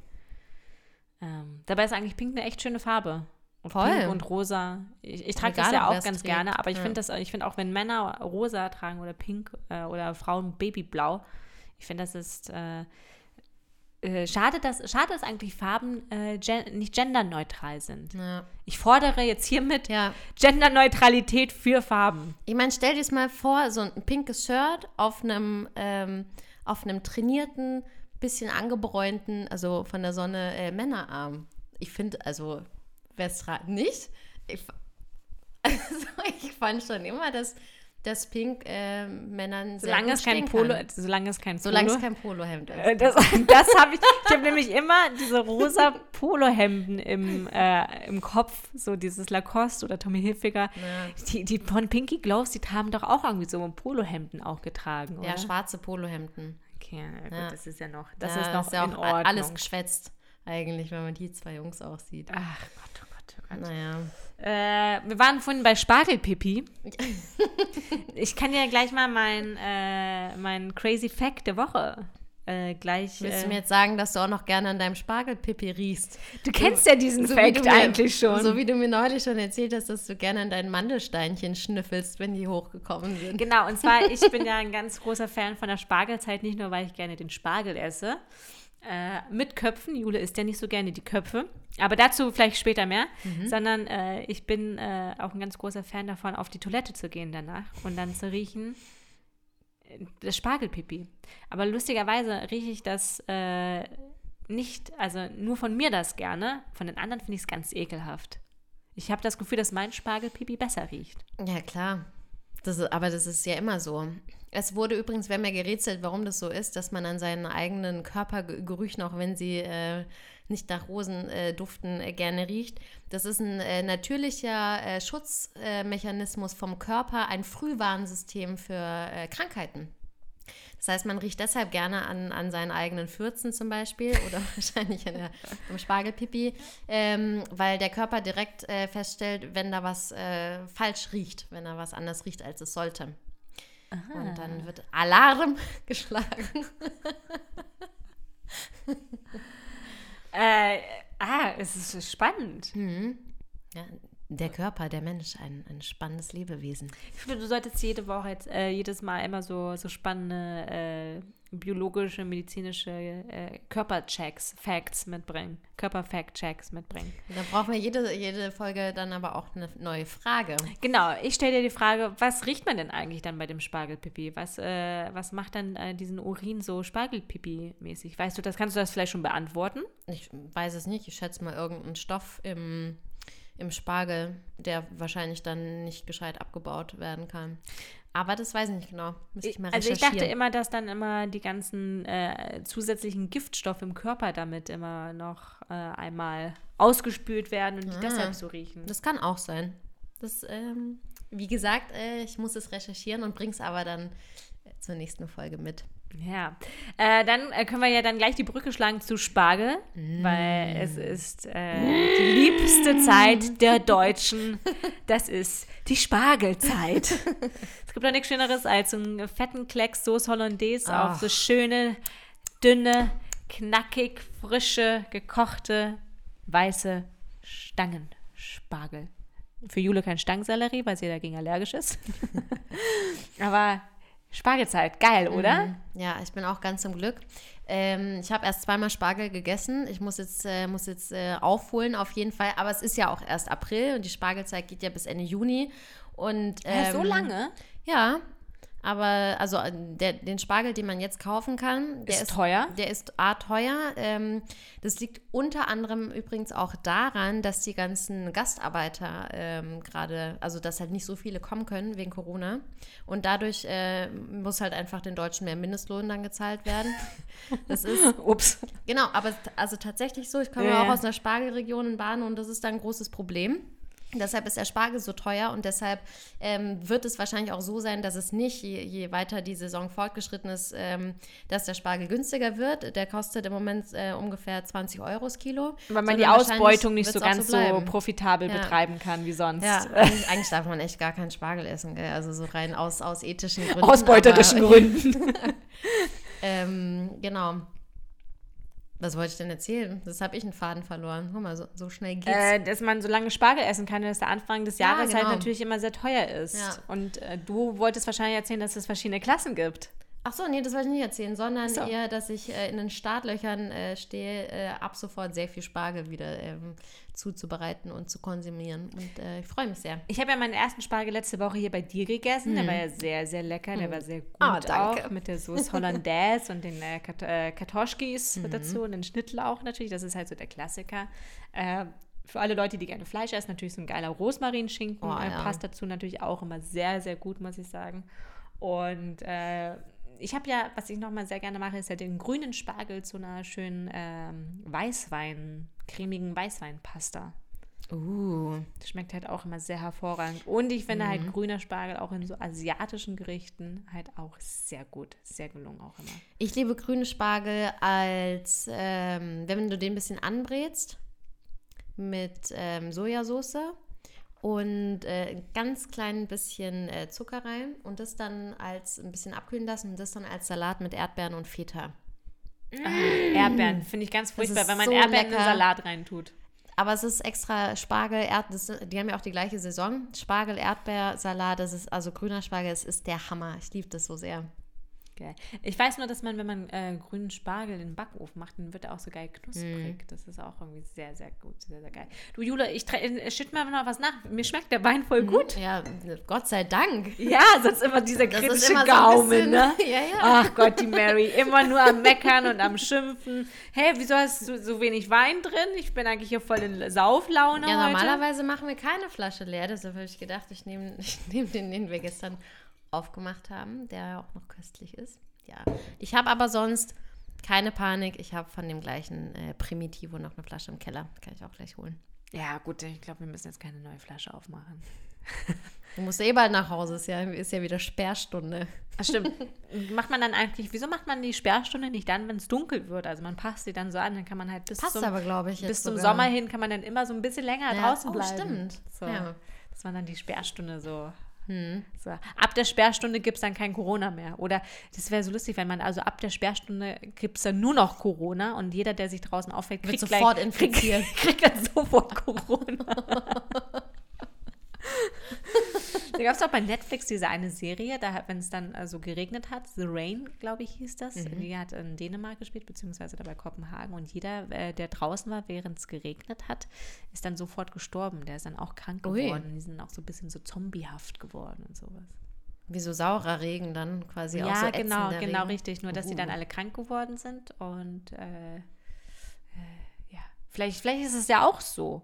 Ähm, dabei ist eigentlich Pink eine echt schöne Farbe. Und Voll. Pink und rosa. Ich, ich trage das Egal, ja ob auch wer's ganz trägt. gerne, aber ich Ja. finde das, ich finde auch, wenn Männer rosa tragen oder pink äh, oder Frauen babyblau, ich finde, das ist äh, äh, schade, dass, schade, dass eigentlich Farben äh, gen nicht genderneutral sind. Ja. Ich fordere jetzt hiermit ja. Genderneutralität für Farben. Ich meine, stell dir es mal vor, so ein pinkes Shirt auf einem, ähm, auf einem trainierten, bisschen angebräunten, also von der Sonne, äh, Männerarm. Ich finde, also, Westra nicht. Ich, also, ich fand schon immer, dass, dass Pink äh, Männern sehr Solange gut es kein stehen Polo, kann. solange es kein Polo. Solange es kein Polohemd ist. Äh, Das, das habe ich, ich habe nämlich immer diese rosa Polohemden im, äh, im Kopf, so dieses Lacoste oder Tommy Hilfiger. Ja. Die, die von Pinky Gloves, die haben doch auch irgendwie so Polohemden auch getragen, oder? Ja, schwarze Polohemden. Okay, ja, gut, Ja. das ist ja noch, das ja, ist noch ist ja in auch Ordnung. alles geschwätzt, eigentlich, wenn man die zwei Jungs auch sieht. Ach Gott, oh Gott, oh Gott. Naja. Äh, wir waren vorhin bei Spargelpipi. Ich kann dir gleich mal mein, äh, mein Crazy Fact der Woche äh, gleich... Willst äh, du mir jetzt sagen, dass du auch noch gerne an deinem Spargelpipi riechst? Du kennst ja diesen So wie Fact du mir- eigentlich schon. So wie du mir neulich schon erzählt hast, dass du gerne an deinen Mandelsteinchen schnüffelst, wenn die hochgekommen sind. Genau, und zwar, ich bin ja ein ganz großer Fan von der Spargelzeit, nicht nur, weil ich gerne den Spargel esse, äh, mit Köpfen. Jule isst ja nicht so gerne die Köpfe, aber dazu vielleicht später mehr, Mhm. sondern äh, ich bin äh, auch ein ganz großer Fan davon, auf die Toilette zu gehen danach und dann zu riechen, äh, das Spargelpipi. Aber lustigerweise rieche ich das äh, nicht, also nur von mir das gerne, von den anderen finde ich es ganz ekelhaft. Ich habe das Gefühl, dass mein Spargelpipi besser riecht. Ja, klar. Das ist, aber das ist ja immer so. Es wurde übrigens, wir haben ja gerätselt, warum das so ist, dass man an seinen eigenen Körpergerüchen, auch wenn sie äh, nicht nach Rosen äh, duften, äh, gerne riecht. Das ist ein äh, natürlicher äh, Schutzmechanismus vom Körper, ein Frühwarnsystem für äh, Krankheiten. Das heißt, man riecht deshalb gerne an, an seinen eigenen Fürzen zum Beispiel oder wahrscheinlich an der, am Spargelpipi, ähm, weil der Körper direkt äh, feststellt, wenn da was äh, falsch riecht, wenn da was anders riecht, als es sollte. Aha. Und dann wird Alarm geschlagen. Äh, ah, es ist spannend. Mhm. Ja, der Körper, der Mensch, ein, ein spannendes Lebewesen. Ich finde, du solltest jede Woche jetzt, äh, jedes Mal immer so, so spannende äh, biologische, medizinische äh, Körperchecks, Facts mitbringen. Körperfact-Checks mitbringen. Da brauchen wir jede, jede Folge dann aber auch eine neue Frage. Genau, ich stelle dir die Frage, was riecht man denn eigentlich dann bei dem Spargelpipi? Was, äh, was macht dann äh, diesen Urin so Spargelpipi-mäßig? Weißt du, das kannst du das vielleicht schon beantworten? Ich weiß es nicht, ich schätze mal irgendeinen Stoff im, im Spargel, der wahrscheinlich dann nicht gescheit abgebaut werden kann. Aber das weiß ich nicht genau. Müsste ich mal Also ich recherchieren. dachte immer, dass dann immer die ganzen äh, zusätzlichen Giftstoffe im Körper damit immer noch äh, einmal ausgespült werden und die Ah. deshalb so riechen. Das kann auch sein. Das, ähm, wie gesagt, äh, ich muss es recherchieren und bring's aber dann äh, zur nächsten Folge mit. Ja, äh, dann äh, können wir ja dann gleich die Brücke schlagen zu Spargel, Mm. weil es ist äh, die liebste Zeit der Deutschen. Das ist die Spargelzeit. Es gibt doch nichts Schöneres als so einen fetten Klecks Sauce Hollandaise Ach. auf so schöne, dünne, knackig, frische, gekochte, weiße Stangenspargel. Für Jule kein Stangensellerie, weil sie dagegen allergisch ist. Aber Spargelzeit, geil, oder? Mhm. Ja, ich bin auch ganz zum Glück. Ähm, ich habe erst zweimal Spargel gegessen. Ich muss jetzt, äh, muss jetzt äh, aufholen auf jeden Fall. Aber es ist ja auch erst April und die Spargelzeit geht ja bis Ende Juni. Und, ähm, Ja, so lange? Ja, aber also äh, der, den Spargel, den man jetzt kaufen kann, der Ist ist, teuer? Der ist a teuer. Ähm, das liegt unter anderem übrigens auch daran, dass die ganzen Gastarbeiter ähm, gerade, also dass halt nicht so viele kommen können wegen Corona. Und dadurch äh, muss halt einfach den Deutschen mehr Mindestlohn dann gezahlt werden. Das ist, Ups. genau, aber also tatsächlich so, ich komme Ja, ja auch ja. aus einer Spargelregion in Baden und das ist dann ein großes Problem. Deshalb ist der Spargel so teuer und deshalb ähm, wird es wahrscheinlich auch so sein, dass es nicht, je, je weiter die Saison fortgeschritten ist, ähm, dass der Spargel günstiger wird. Der kostet im Moment äh, ungefähr zwanzig Euro das Kilo. Weil man Sondern die wahrscheinlich Ausbeutung nicht so wird's auch ganz so, bleiben. profitabel Ja. betreiben kann wie sonst. Ja, eigentlich, eigentlich darf man echt gar keinen Spargel essen, gell? Also so rein aus, aus ethischen Gründen. Ausbeuterischen aber, Gründen. ähm, genau. Was wollte ich denn erzählen? Das habe ich einen Faden verloren. Guck mal, so, so schnell geht's. äh, dass man so lange Spargel essen kann, dass der Anfang des Ja, Jahres halt genau. natürlich immer sehr teuer ist. Ja. Und äh, du wolltest wahrscheinlich erzählen, dass es verschiedene Klassen gibt. Ach so, nee, das wollte ich nicht erzählen, sondern so. eher, dass ich äh, in den Startlöchern äh, stehe, äh, ab sofort sehr viel Spargel wieder ähm, zuzubereiten und zu konsumieren. Und äh, ich freue mich sehr. Ich habe ja meinen ersten Spargel letzte Woche hier bei dir gegessen. Mm. Der war ja sehr, sehr lecker. Der mm. war sehr gut oh, danke. auch. Mit der Sauce Hollandaise und den äh, Kat- äh, Kartoschkis mm. dazu und den Schnittlauch natürlich. Das ist halt so der Klassiker. Äh, Für alle Leute, die gerne Fleisch essen, natürlich so ein geiler Rosmarinschinken. Oh, äh, ja. Passt dazu natürlich auch immer sehr, sehr gut, muss ich sagen. Und äh, ich habe ja, was ich nochmal sehr gerne mache, ist ja den grünen Spargel zu einer schönen ähm, Weißwein, cremigen Weißweinpasta. Uh. Das schmeckt halt auch immer sehr hervorragend. Und ich finde mhm. halt grüner Spargel auch in so asiatischen Gerichten halt auch sehr gut, sehr gelungen auch immer. Ich liebe grüne Spargel als, ähm, wenn du den ein bisschen anbrätst, mit ähm, Sojasauce und äh, ein ganz klein bisschen äh, Zucker rein und das dann als ein bisschen abkühlen lassen und das dann als Salat mit Erdbeeren und Feta. Mm. Erdbeeren finde ich ganz furchtbar, wenn man so Erdbeeren lecker. in den Salat reintut. Aber es ist extra Spargel, Erdbeer, die haben ja auch die gleiche Saison. Spargel, Erdbeersalat, das ist also grüner Spargel, das ist der Hammer. Ich liebe das so sehr. Geil. Ich weiß nur, dass man, wenn man äh, grünen Spargel in den Backofen macht, dann wird er auch so geil knusprig. Mm. Das ist auch irgendwie sehr, sehr gut, sehr, sehr geil. Du, Jule, ich tre- schütt mal noch was nach. Mir schmeckt der Wein voll gut. Ja, Gott sei Dank. Ja, sonst immer dieser das kritische immer Gaumen, so bisschen, ne? Ja, ja. Ach Gott, die Mary, immer nur am Meckern und am Schimpfen. Hey, wieso hast du so wenig Wein drin? Ich bin eigentlich hier voll in Sauflaune ja, heute. Normalerweise machen wir keine Flasche leer. Deshalb habe ich gedacht, ich nehme ich nehm den, den wir gestern aufgemacht haben, der ja auch noch köstlich ist. Ja, ich habe aber sonst keine Panik. Ich habe von dem gleichen äh, Primitivo noch eine Flasche im Keller. Kann ich auch gleich holen. Ja, gut, ich glaube, wir müssen jetzt keine neue Flasche aufmachen. Du musst eh bald nach Hause. Ist ja, ist ja wieder Sperrstunde. Ach, stimmt. Macht man dann eigentlich, wieso macht man die Sperrstunde nicht dann, wenn es dunkel wird? Also man passt sie dann so an, dann kann man halt bis Passt zum, aber, glaube ich, jetzt bis zum sogar. Sommer hin kann man dann immer so ein bisschen länger ja, draußen oh, bleiben. Stimmt. So, ja. dass man dann die Sperrstunde so... Hm. So. Ab der Sperrstunde gibt es dann kein Corona mehr. Oder das wäre so lustig, wenn man also ab der Sperrstunde gibt es dann nur noch Corona und jeder, der sich draußen aufhält, kriegt wird sofort gleich, infiziert. Kriegt, kriegt dann sofort Corona. Da gab es auch bei Netflix diese eine Serie, da wenn es dann also geregnet hat, The Rain, glaube ich, hieß das. Mhm. Die hat in Dänemark gespielt, beziehungsweise da bei Kopenhagen. Und jeder, äh, der draußen war, während es geregnet hat, ist dann sofort gestorben. Der ist dann auch krank geworden. Ui. Die sind auch so ein bisschen so zombiehaft geworden und sowas. Wie so saurer Regen dann quasi ja, auch so Ja, genau, Regen. genau, richtig. Nur, dass uh. die dann alle krank geworden sind. Und äh, äh, ja, vielleicht, vielleicht ist es ja auch so.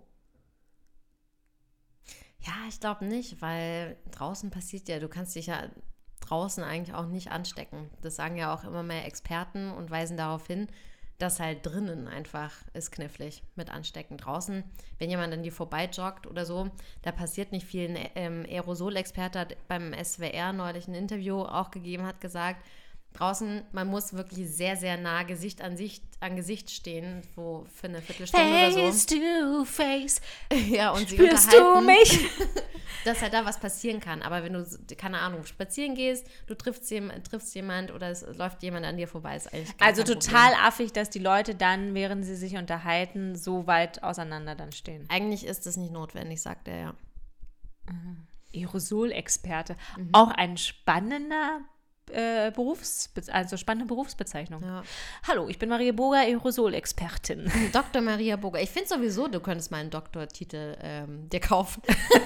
Ja, ich glaube nicht, weil draußen passiert ja, du kannst dich ja draußen eigentlich auch nicht anstecken. Das sagen ja auch immer mehr Experten und weisen darauf hin, dass halt drinnen einfach ist knifflig mit Anstecken. Draußen, wenn jemand an dir vorbei joggt oder so, da passiert nicht viel. Ein ähm, Aerosol-Experte hat beim S W R neulich ein Interview auch gegeben, hat gesagt, draußen, man muss wirklich sehr, sehr nah Gesicht an, Sicht, an Gesicht stehen, so für eine Viertelstunde face oder so. to face. Ja, und sie Spürst unterhalten, du mich? dass halt da was passieren kann. Aber wenn du, keine Ahnung, spazieren gehst, du triffst, jem, triffst jemand oder es läuft jemand an dir vorbei, ist eigentlich gar Also kein total Problem. affig, dass die Leute dann, während sie sich unterhalten, so weit auseinander dann stehen. Eigentlich ist das nicht notwendig, sagt er, ja. Mhm. Aerosol-Experte. Mhm. Auch ein spannender Äh, Berufsbe- also spannende Berufsbezeichnung. Ja. Hallo, ich bin Maria Boger, Aerosol-Expertin. Doktor Maria Boger. Ich finde sowieso, du könntest mal einen Doktortitel ähm, dir kaufen.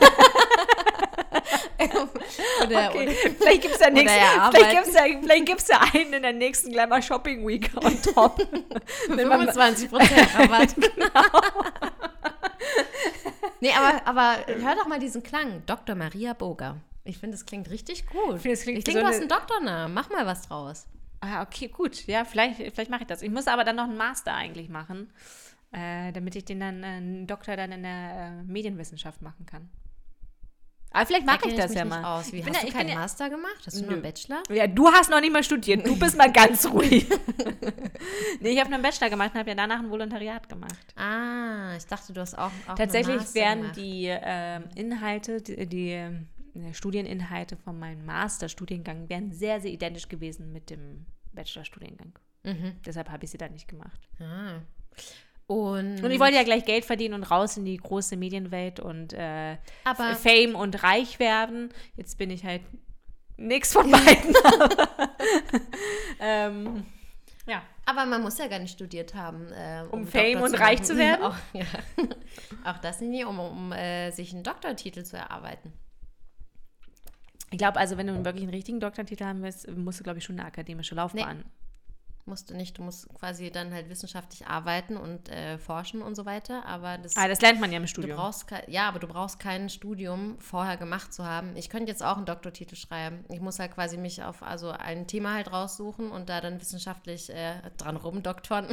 oder, okay. oder, vielleicht gibt es ja, nächsten, ja vielleicht gibt's ja, vielleicht gibt's ja einen in der nächsten Glamour Shopping Week on top. fünfundzwanzig Prozent Rabatt. Genau. Nee, aber, aber hör doch mal diesen Klang. Doktor Maria Boger. Ich finde, das klingt richtig gut. Ich, find, ich denke, du hast einen Doktornamen. Mach mal was draus. Ah, okay, gut. Ja, vielleicht, vielleicht mache ich das. Ich muss aber dann noch einen Master eigentlich machen, äh, damit ich den dann, äh, einen Doktor dann in der äh, Medienwissenschaft machen kann. Aber vielleicht mache da ich das ich ja mich mal. Nicht aus. Wie, ich hast ja, du ich keinen ja, Master gemacht? Hast du nur einen Bachelor? Ja, du hast noch nicht mal studiert. Du bist mal ganz ruhig. Nee, ich habe einen Bachelor gemacht und habe ja danach ein Volontariat gemacht. Ah, ich dachte, du hast auch, auch Tatsächlich werden gemacht. die äh, Inhalte, die, die äh, Studieninhalte von meinem Masterstudiengang wären sehr, sehr identisch gewesen mit dem Bachelorstudiengang. Mhm. Deshalb habe ich sie dann nicht gemacht. Ah. Und, und ich wollte ja gleich Geld verdienen und raus in die große Medienwelt und äh, aber Fame und reich werden. Jetzt bin ich halt Nix von beiden. ähm, ja. Aber man muss ja gar nicht studiert haben, äh, um, um Fame Doktor und zu reich machen. zu werden. Auch, ja. Auch das nicht, um, um äh, sich einen Doktortitel zu erarbeiten. Ich glaube, also wenn du wirklich einen richtigen Doktortitel haben willst, musst du, glaube ich, schon eine akademische Laufbahn. Nee. Musst du nicht, du musst quasi dann halt wissenschaftlich arbeiten und äh, forschen und so weiter, aber das, ah, das lernt man ja im du Studium. brauchst ke- ja, aber du brauchst kein Studium vorher gemacht zu haben. Ich könnte jetzt auch einen Doktortitel schreiben. Ich muss halt quasi mich auf also ein Thema halt raussuchen und da dann wissenschaftlich äh, dran rumdoktoren.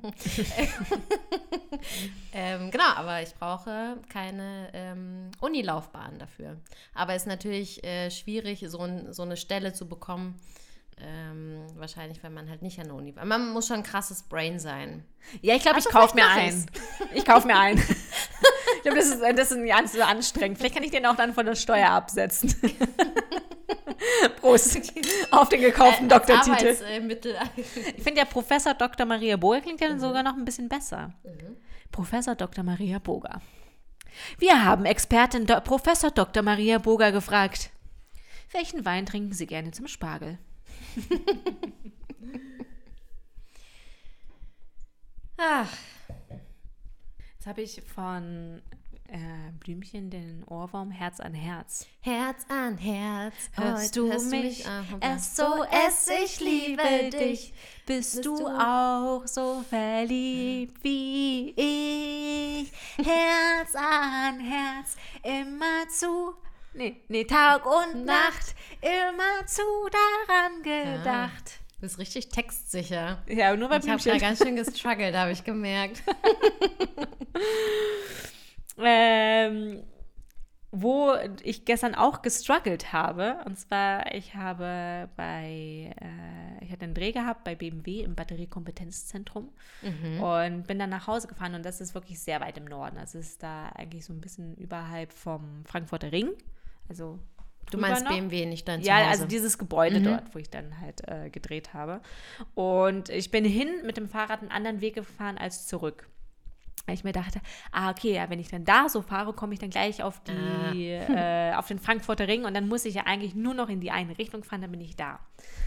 ähm, genau, aber ich brauche keine ähm, Unilaufbahn dafür. Aber es ist natürlich äh, schwierig, so, ein, so eine Stelle zu bekommen. Ähm, wahrscheinlich, wenn man halt nicht an der Uni war. Man muss schon ein krasses Brain sein. Ja, ich glaube, Also ich kaufe mir vielleicht ein. Ich kaufe mir ein. Ich glaube, das ist, das ist nicht ganz so anstrengend. Vielleicht kann ich den auch dann von der Steuer absetzen. Prost auf den gekauften äh, Doktortitel. Arbeitsmittel. Ich finde ja Professor Doktor Maria Boger klingt ja Mhm. sogar noch ein bisschen besser. Mhm. Professor Doktor Maria Boger. Wir haben Expertin Do- Professor Doktor Maria Boger gefragt. Welchen Wein trinken Sie gerne zum Spargel? Ach, Jetzt habe ich von äh, Blümchen den Ohrwurm Herz an Herz. Herz an Herz. Hörst heute du mich? Ah, S O S, ich liebe dich. Bist, Bist du du auch so verliebt wie ich? Herz an Herz, immer zu. Nee, nee, Tag und Nacht, immer zu daran gedacht. Du bist richtig textsicher. Ja, nur bei Ich habe da Blümchen. ganz schön gestruggelt, habe ich gemerkt. ähm, wo ich gestern auch gestruggelt habe. Und zwar, ich habe bei, äh, ich hatte einen Dreh gehabt bei B M W im Batteriekompetenzzentrum Mhm. und bin dann nach Hause gefahren und das ist wirklich sehr weit im Norden. Das ist da eigentlich so ein bisschen überhalb vom Frankfurter Ring. Also Du drüber meinst noch. B M W, nicht dein Ja, Zuhause. also dieses Gebäude Mhm. dort, wo ich dann halt äh, gedreht habe. Und ich bin hin mit dem Fahrrad einen anderen Weg gefahren als zurück. Weil ich mir dachte, ah, okay, ja, wenn ich dann da so fahre, komme ich dann gleich auf, die, äh, auf den Frankfurter Ring und dann muss ich ja eigentlich nur noch in die eine Richtung fahren, dann bin ich da.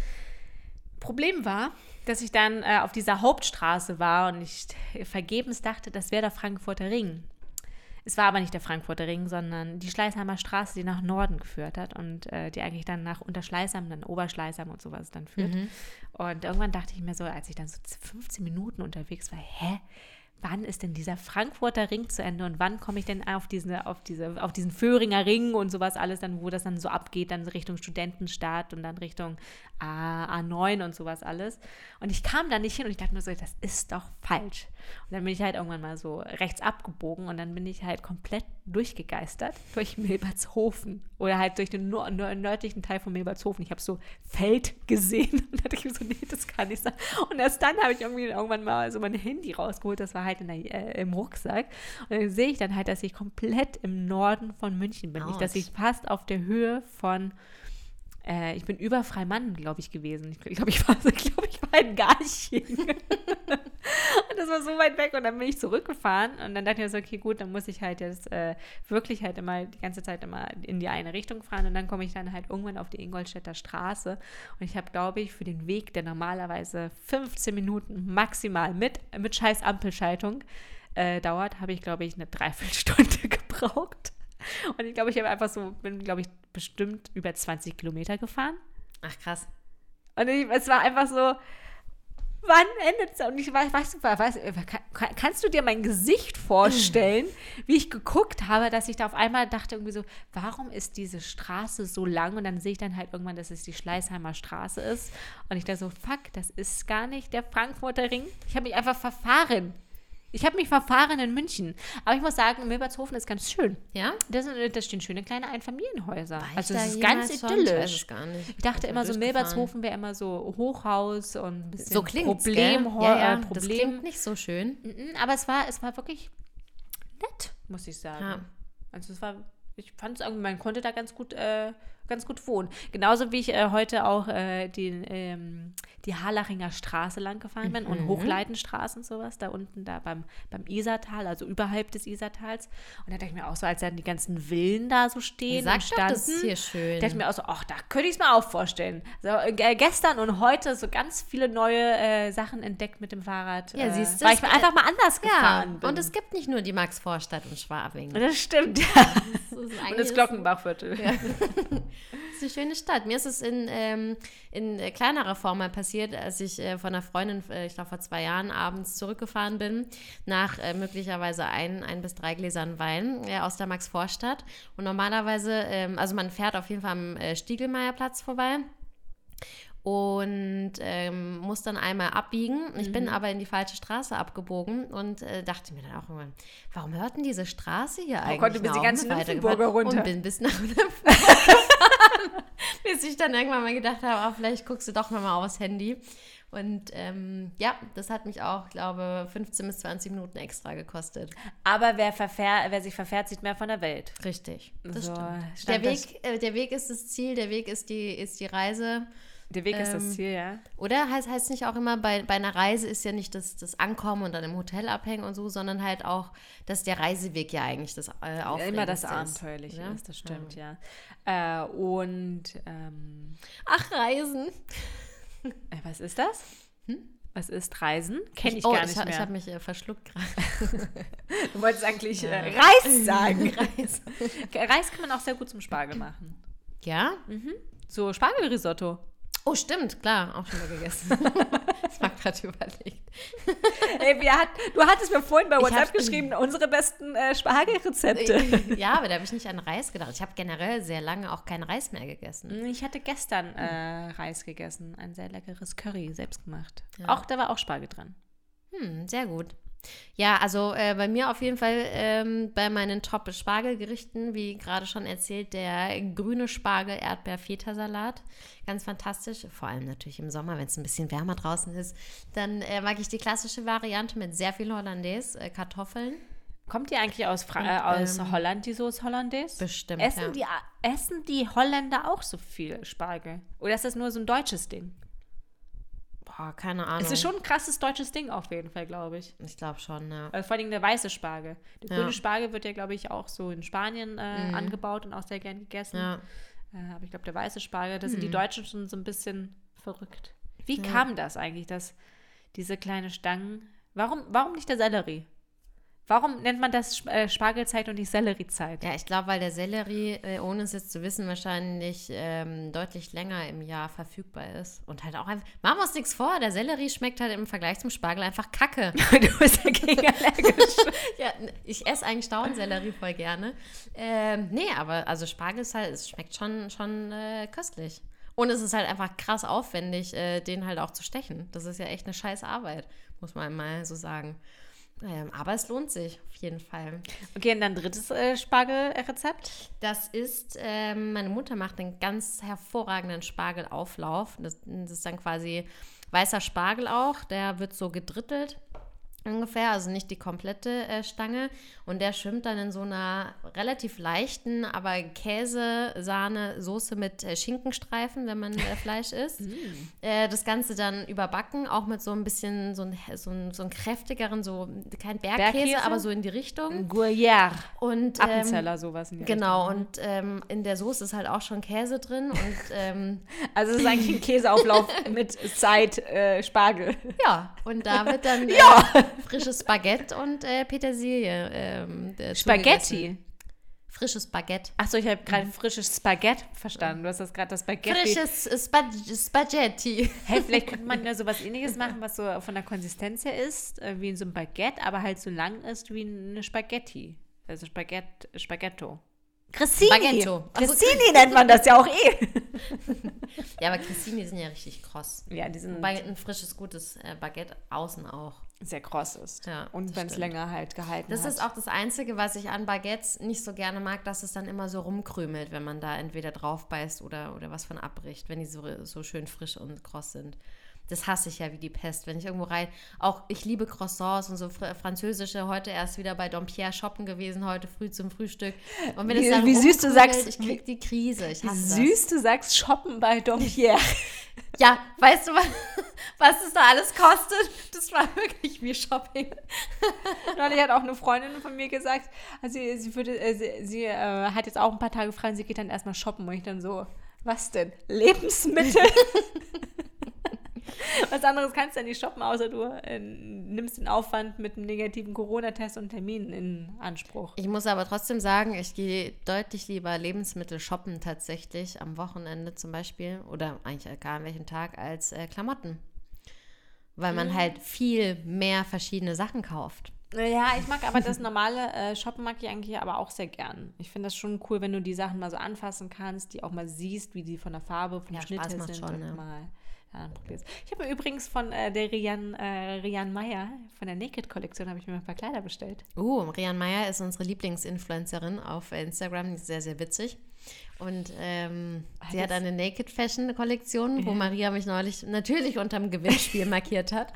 Problem war, dass ich dann äh, auf dieser Hauptstraße war und ich vergebens dachte, das wäre der Frankfurter Ring. Es war aber nicht der Frankfurter Ring, sondern die Schleißheimer Straße, die nach Norden geführt hat und äh, die eigentlich dann nach Unterschleißheim, dann Oberschleißheim und sowas dann führt. Mhm. Und irgendwann dachte ich mir so, als ich dann so fünfzehn Minuten unterwegs war, hä? Wann ist denn dieser Frankfurter Ring zu Ende und wann komme ich denn auf, diese, auf, diese, auf diesen Föhringer Ring und sowas alles, dann, wo das dann so abgeht, dann Richtung Studentenstadt und dann Richtung A, A9 und sowas alles. Und ich kam da nicht hin und ich dachte mir so, das ist doch falsch. Und dann bin ich halt irgendwann mal so rechts abgebogen und dann bin ich halt komplett durchgegeistert durch Milbertshofen oder halt durch den nor- nor- nördlichen Teil von Milbertshofen. Ich habe so Feld gesehen und da dachte ich mir so, nee, das kann nicht sein. Und erst dann habe ich irgendwie irgendwann mal so mein Handy rausgeholt, das war halt in der, äh, im Rucksack. Und dann sehe ich dann halt, dass ich komplett im Norden von München bin. Nicht, dass ich fast auf der Höhe von Äh, ich bin über Freimann, glaube ich, gewesen. Ich glaube, ich, war, ich, glaub, ich war in Garching. Und das war so weit weg. Und dann bin ich zurückgefahren. Und dann dachte ich mir so, okay, gut, dann muss ich halt jetzt äh, wirklich halt immer die ganze Zeit immer in die eine Richtung fahren. Und dann komme ich dann halt irgendwann auf die Ingolstädter Straße. Und ich habe, glaube ich, für den Weg, der normalerweise fünfzehn Minuten maximal mit, mit scheiß Ampelschaltung äh, dauert, habe ich, glaube ich, eine Dreiviertelstunde gebraucht. Und ich glaube, ich habe einfach so, bin, glaube ich, bestimmt über zwanzig Kilometer gefahren. Ach, krass. Und ich, es war einfach so, wann endet es? Und ich weiß, weißt du, weiß, kann, kannst du dir mein Gesicht vorstellen, wie ich geguckt habe, dass ich da auf einmal dachte irgendwie so, warum ist diese Straße so lang? Und dann sehe ich dann halt irgendwann, dass es die Schleißheimer Straße ist. Und ich dachte so, fuck, das ist gar nicht der Frankfurter Ring. Ich habe mich einfach verfahren. Ich habe mich verfahren in München. Aber ich muss sagen, Milbertshofen ist ganz schön. Ja? Das, das stehen schöne kleine Einfamilienhäuser. War ich Also da es ist jemals ganz schon? idyllisch. Ich weiß es gar nicht. Ich dachte Ich bin immer so, durchgefahren. Milbertshofen wäre immer so Hochhaus und ein bisschen So klingt Problem, ja, ja, äh, Problem. Das klingt nicht so schön. Mhm, aber es war, es war wirklich nett, muss ich sagen. Ja. Also es war, ich fand es irgendwie, man konnte da ganz gut äh, ganz gut wohnen. Genauso wie ich äh, heute auch äh, den, ähm, die Harlachinger Straße lang gefahren bin mhm. und Hochleitenstraße und sowas, da unten da beim, beim Isartal, also überhalb des Isartals. Und da dachte ich mir auch so, als dann die ganzen Villen da so stehen Sag und standen, doch, das ist hier schön. dachte ich mir auch so, ach, da könnte ich es mir auch vorstellen. So, äh, gestern und heute so ganz viele neue äh, Sachen entdeckt mit dem Fahrrad, ja, äh, siehst du, weil ich mir einfach mal anders ja, gefahren bin. Und es gibt nicht nur die Maxvorstadt und Schwabing. Das stimmt, ja. Das ist Und das Glockenbachviertel. Ja. Das ist eine schöne Stadt. Mir ist es in, ähm, in äh, kleinerer Form mal passiert, als ich äh, von einer Freundin, äh, ich glaube vor zwei Jahren, abends zurückgefahren bin, nach äh, möglicherweise ein, ein bis drei Gläsern Wein äh, aus der Maxvorstadt. Und normalerweise, ähm, also man fährt auf jeden Fall am äh, Stiegelmeierplatz vorbei. Und ähm, muss dann einmal abbiegen. Ich mhm. bin aber in die falsche Straße abgebogen und äh, dachte mir dann auch irgendwann, warum hört denn diese Straße hier oh eigentlich? Gott, du bist die ganze Nymphenburger runter. Und bin bis nach Nymphenburg gefahren, bis ich dann irgendwann mal gedacht habe, oh, vielleicht guckst du doch nochmal aufs Handy. Und ähm, ja, das hat mich auch, glaube ich, fünfzehn bis zwanzig Minuten extra gekostet. Aber wer, verfähr, wer sich verfährt, sieht mehr von der Welt. Richtig, das so, stimmt. Der Weg, äh, der Weg ist das Ziel, der Weg ist die, ist die Reise. Der Weg ähm, ist das Ziel, ja. Oder heißt es nicht auch immer, bei, bei einer Reise ist ja nicht das, das Ankommen und dann im Hotel abhängen und so, sondern halt auch, dass der Reiseweg ja eigentlich das äh, Aufregendste ja, immer das ist. Abenteuerliche Ja? ist, das stimmt, ja. ja. Äh, und, ähm, Ach, Reisen. Äh, was ist das? Hm? Was ist Reisen? Kenne ich oh, gar nicht ich, mehr. Ich habe mich äh, verschluckt gerade. Du wolltest eigentlich äh, ja. Reis sagen. Reis. Reis kann man auch sehr gut zum Spargel machen. Ja? Mhm. So Spargelrisotto. Oh, stimmt, klar, auch schon mal gegessen. Ich habe gerade überlegt. Ey, wir hat, du hattest mir vorhin bei WhatsApp hab, geschrieben, unsere besten äh, Spargelrezepte. Ja, aber da habe ich nicht an Reis gedacht. Ich habe generell sehr lange auch keinen Reis mehr gegessen. Ich hatte gestern äh, Reis gegessen, ein sehr leckeres Curry, selbst gemacht. Ja. Auch, da war auch Spargel dran. Hm, sehr gut. Ja, also äh, bei mir auf jeden Fall ähm, bei meinen Top-Spargelgerichten, wie gerade schon erzählt, der grüne Spargel, Erdbeer-Feta-Salat. Ganz fantastisch, vor allem natürlich im Sommer, wenn es ein bisschen wärmer draußen ist. Dann äh, mag ich die klassische Variante mit sehr viel Hollandaise, äh, Kartoffeln. Kommt die eigentlich aus, Fra- Und, äh, aus ähm, Holland, die Soße Hollandaise? Bestimmt, essen ja. Die, essen die Holländer auch so viel Spargel? Oder ist das nur so ein deutsches Ding? Boah, keine Ahnung. Es ist schon ein krasses deutsches Ding auf jeden Fall, glaube ich. Ich glaube schon, ja. Also vor allem der weiße Spargel. Der Ja. grüne Spargel wird ja, glaube ich, auch so in Spanien äh, Mhm. angebaut und auch sehr gern gegessen. Ja. Äh, aber ich glaube, der weiße Spargel, da sind die Mhm. Deutschen schon so ein bisschen verrückt. Wie Ja. kam das eigentlich, dass diese kleine Stangen, warum, warum nicht der Sellerie? Warum nennt man das Sp- äh, Spargelzeit und nicht Selleriezeit? Ja, ich glaube, weil der Sellerie, äh, ohne es jetzt zu wissen, wahrscheinlich ähm, deutlich länger im Jahr verfügbar ist. Und halt auch einfach, machen wir uns nichts vor, der Sellerie schmeckt halt im Vergleich zum Spargel einfach kacke. Du bist dagegen allergisch. Ja, ich esse eigentlich Staudensellerie voll gerne. Ähm, nee, aber also Spargel ist halt, es schmeckt schon, schon äh, köstlich. Und es ist halt einfach krass aufwendig, äh, den halt auch zu stechen. Das ist ja echt eine scheiß Arbeit, muss man mal so sagen. Ähm, aber es lohnt sich auf jeden Fall. Okay, und dann drittes äh, Spargelrezept? Das ist, ähm, meine Mutter macht einen ganz hervorragenden Spargelauflauf. Das, das ist dann quasi weißer Spargel auch. Der wird so gedrittelt ungefähr, also nicht die komplette äh, Stange. Und der schwimmt dann in so einer relativ leichten, aber Käse-Sahne-Soße mit äh, Schinkenstreifen, wenn man äh, Fleisch isst. Mm. Äh, das Ganze dann überbacken, auch mit so ein bisschen, so ein, so ein, so ein kräftigeren, so kein Bergkäse, Bergkäse? aber so in die Richtung. Gruyère. Und, ähm, Appenzeller, sowas in die Genau, Richtung. und ähm, in der Soße ist halt auch schon Käse drin. Und ähm, Also es ist eigentlich ein Käseauflauf mit Side äh, Spargel. ja, und da wird dann äh, Ja. frisches Baguette und äh, Petersilie ähm, äh, Spaghetti. zugegessen. Frisches Baguette. Achso, ich habe gerade frisches Spaghetti verstanden. Du hast das gerade das Spaghetti. Frisches äh, Spa- Spaghetti. Hey, vielleicht könnte man ja sowas Ähnliches machen, was so von der Konsistenz her ist, äh, wie in so einem Baguette, aber halt so lang ist wie eine Spaghetti. Also Spaghetti, Spaghetto. Cressini. Spaghetto. Cressini nennt man das ja auch eh. Ja, aber Cressini sind ja richtig kross. Ja, die sind Wobei ein frisches, gutes äh, Baguette außen auch. sehr kross ist. Ja, Und das wenn es stimmt. länger halt gehalten Das hat. ist auch das Einzige, was ich an Baguettes nicht so gerne mag, dass es dann immer so rumkrümelt, wenn man da entweder drauf beißt oder, oder was von abbricht, wenn die so, so schön frisch und kross sind. Das hasse ich ja wie die Pest, wenn ich irgendwo rein, auch ich liebe Croissants und so fr- französische, heute erst wieder bei Dompierre shoppen gewesen, heute früh zum Frühstück. Und wenn Wie- es dann wie süß du rumkrümelt, sagst, ich krieg die Krise, ich Wie hasse süß du sagst, shoppen bei Dompierre. das. Ja, weißt du, was, was es da alles kostet? Das war wirklich wie Shopping. Neulich hat auch eine Freundin von mir gesagt, also sie, sie, würde, äh, sie, sie äh, hat jetzt auch ein paar Tage frei und sie geht dann erstmal shoppen. Und ich dann so, was denn? Lebensmittel? Was anderes kannst du ja nicht shoppen, außer du äh, nimmst den Aufwand mit einem negativen Corona-Test und Terminen in Anspruch. Ich muss aber trotzdem sagen, ich gehe deutlich lieber Lebensmittel shoppen tatsächlich am Wochenende zum Beispiel oder eigentlich egal an welchem Tag als äh, Klamotten. Weil man halt viel mehr verschiedene Sachen kauft. Ja, ich mag aber das normale äh, Shoppen mag ich eigentlich aber auch sehr gern. Ich finde das schon cool, wenn du die Sachen mal so anfassen kannst, die auch mal siehst, wie die von der Farbe, vom Ja, Schnitt Spaß her macht sind schon, und ja. mal ja, dann probierst. Ich habe übrigens von äh, der Rian, äh, Rian Meyer, von der Naked-Kollektion, habe ich mir ein paar Kleider bestellt. Uh, Rian Meyer ist unsere Lieblingsinfluencerin auf Instagram, die ist sehr, sehr witzig. Und ähm, sie hat eine Naked Fashion Kollektion, wo Ja. Maria mich neulich natürlich unterm Gewinnspiel markiert hat.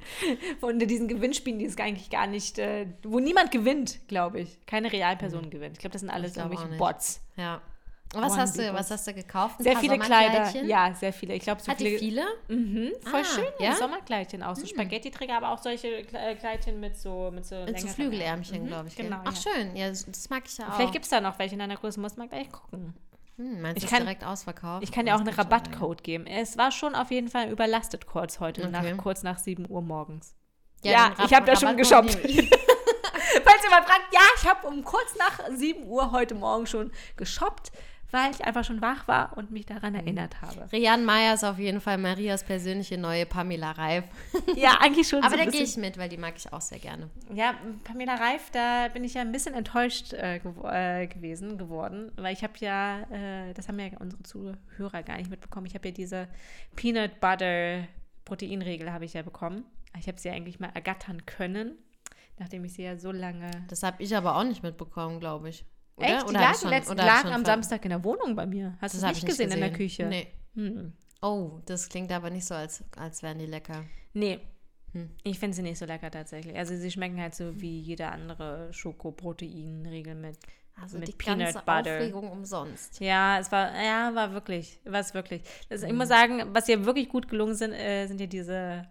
Von diesen Gewinnspielen, die es eigentlich gar nicht, äh, wo niemand gewinnt, glaube ich. Keine Realperson gewinnt. Ich glaube, das sind alles Ich glaube irgendwelche auch nicht. Bots. Ja. Und was Oh, hast die du, was Bots. hast du gekauft? Ein Sehr paar viele Kleider. Sommerkleidchen? Ja, sehr viele. Ich glaube, so Hat die viele? Mhm, voll Ah, schön. ja? Sommerkleidchen auch. So Spaghetti-Träger, aber auch solche Kle- äh, Kleidchen mit so mit so, Mit so längeren- Flügelärmchen, Mhm, glaube ich. Genau, gell? Ach, ja. schön. Ja, das, das mag ich ja auch. Vielleicht gibt es da noch welche in deiner Größe, muss man gleich gucken. Hm, meinst Ich du, kann- ist direkt ausverkauft? Ich kann dir auch Das einen kann schon Rabattcode geben. Es war schon auf jeden Fall überlastet kurz heute, Okay. nach, kurz nach sieben Uhr morgens. sein. Ja, den Rab- ich habe da schon Rabattcode geshoppt. nehme ich. Falls jemand fragt, ja, ich habe um kurz nach sieben Uhr heute Morgen schon geshoppt, weil ich einfach schon wach war und mich daran erinnert habe. Rian Meyer ist auf jeden Fall Marias persönliche neue Pamela Reif. Ja, eigentlich schon Aber so da ein gehe bisschen. ich mit, weil die mag ich auch sehr gerne. Ja, Pamela Reif, da bin ich ja ein bisschen enttäuscht äh, gew äh, gewesen, geworden, weil ich habe ja, äh, das haben ja unsere Zuhörer gar nicht mitbekommen, ich habe ja diese Peanut Butter Proteinregel habe ich ja bekommen. Ich habe sie ja eigentlich mal ergattern können, nachdem ich sie ja so lange... Das habe ich aber auch nicht mitbekommen, glaube ich. Oder? Echt? Die Oder hab ich lagen, schon- letzt, oder hab ich lagen schon am ver- Samstag in der Wohnung bei mir. Hast du Das es habe nicht ich gesehen, in der Küche? Nee. Hm. Oh, das klingt aber nicht so, als, als wären die lecker. Nee. Hm. Ich finde sie nicht so lecker tatsächlich. Also sie schmecken halt so wie jede andere Schokoproteinregel mit, Also mit die Peanut ganze Butter. Aufregung umsonst. Ja, es war, ja, war wirklich, war es wirklich. Das, Mhm. Ich muss sagen, was hier wirklich gut gelungen sind, äh, sind ja diese,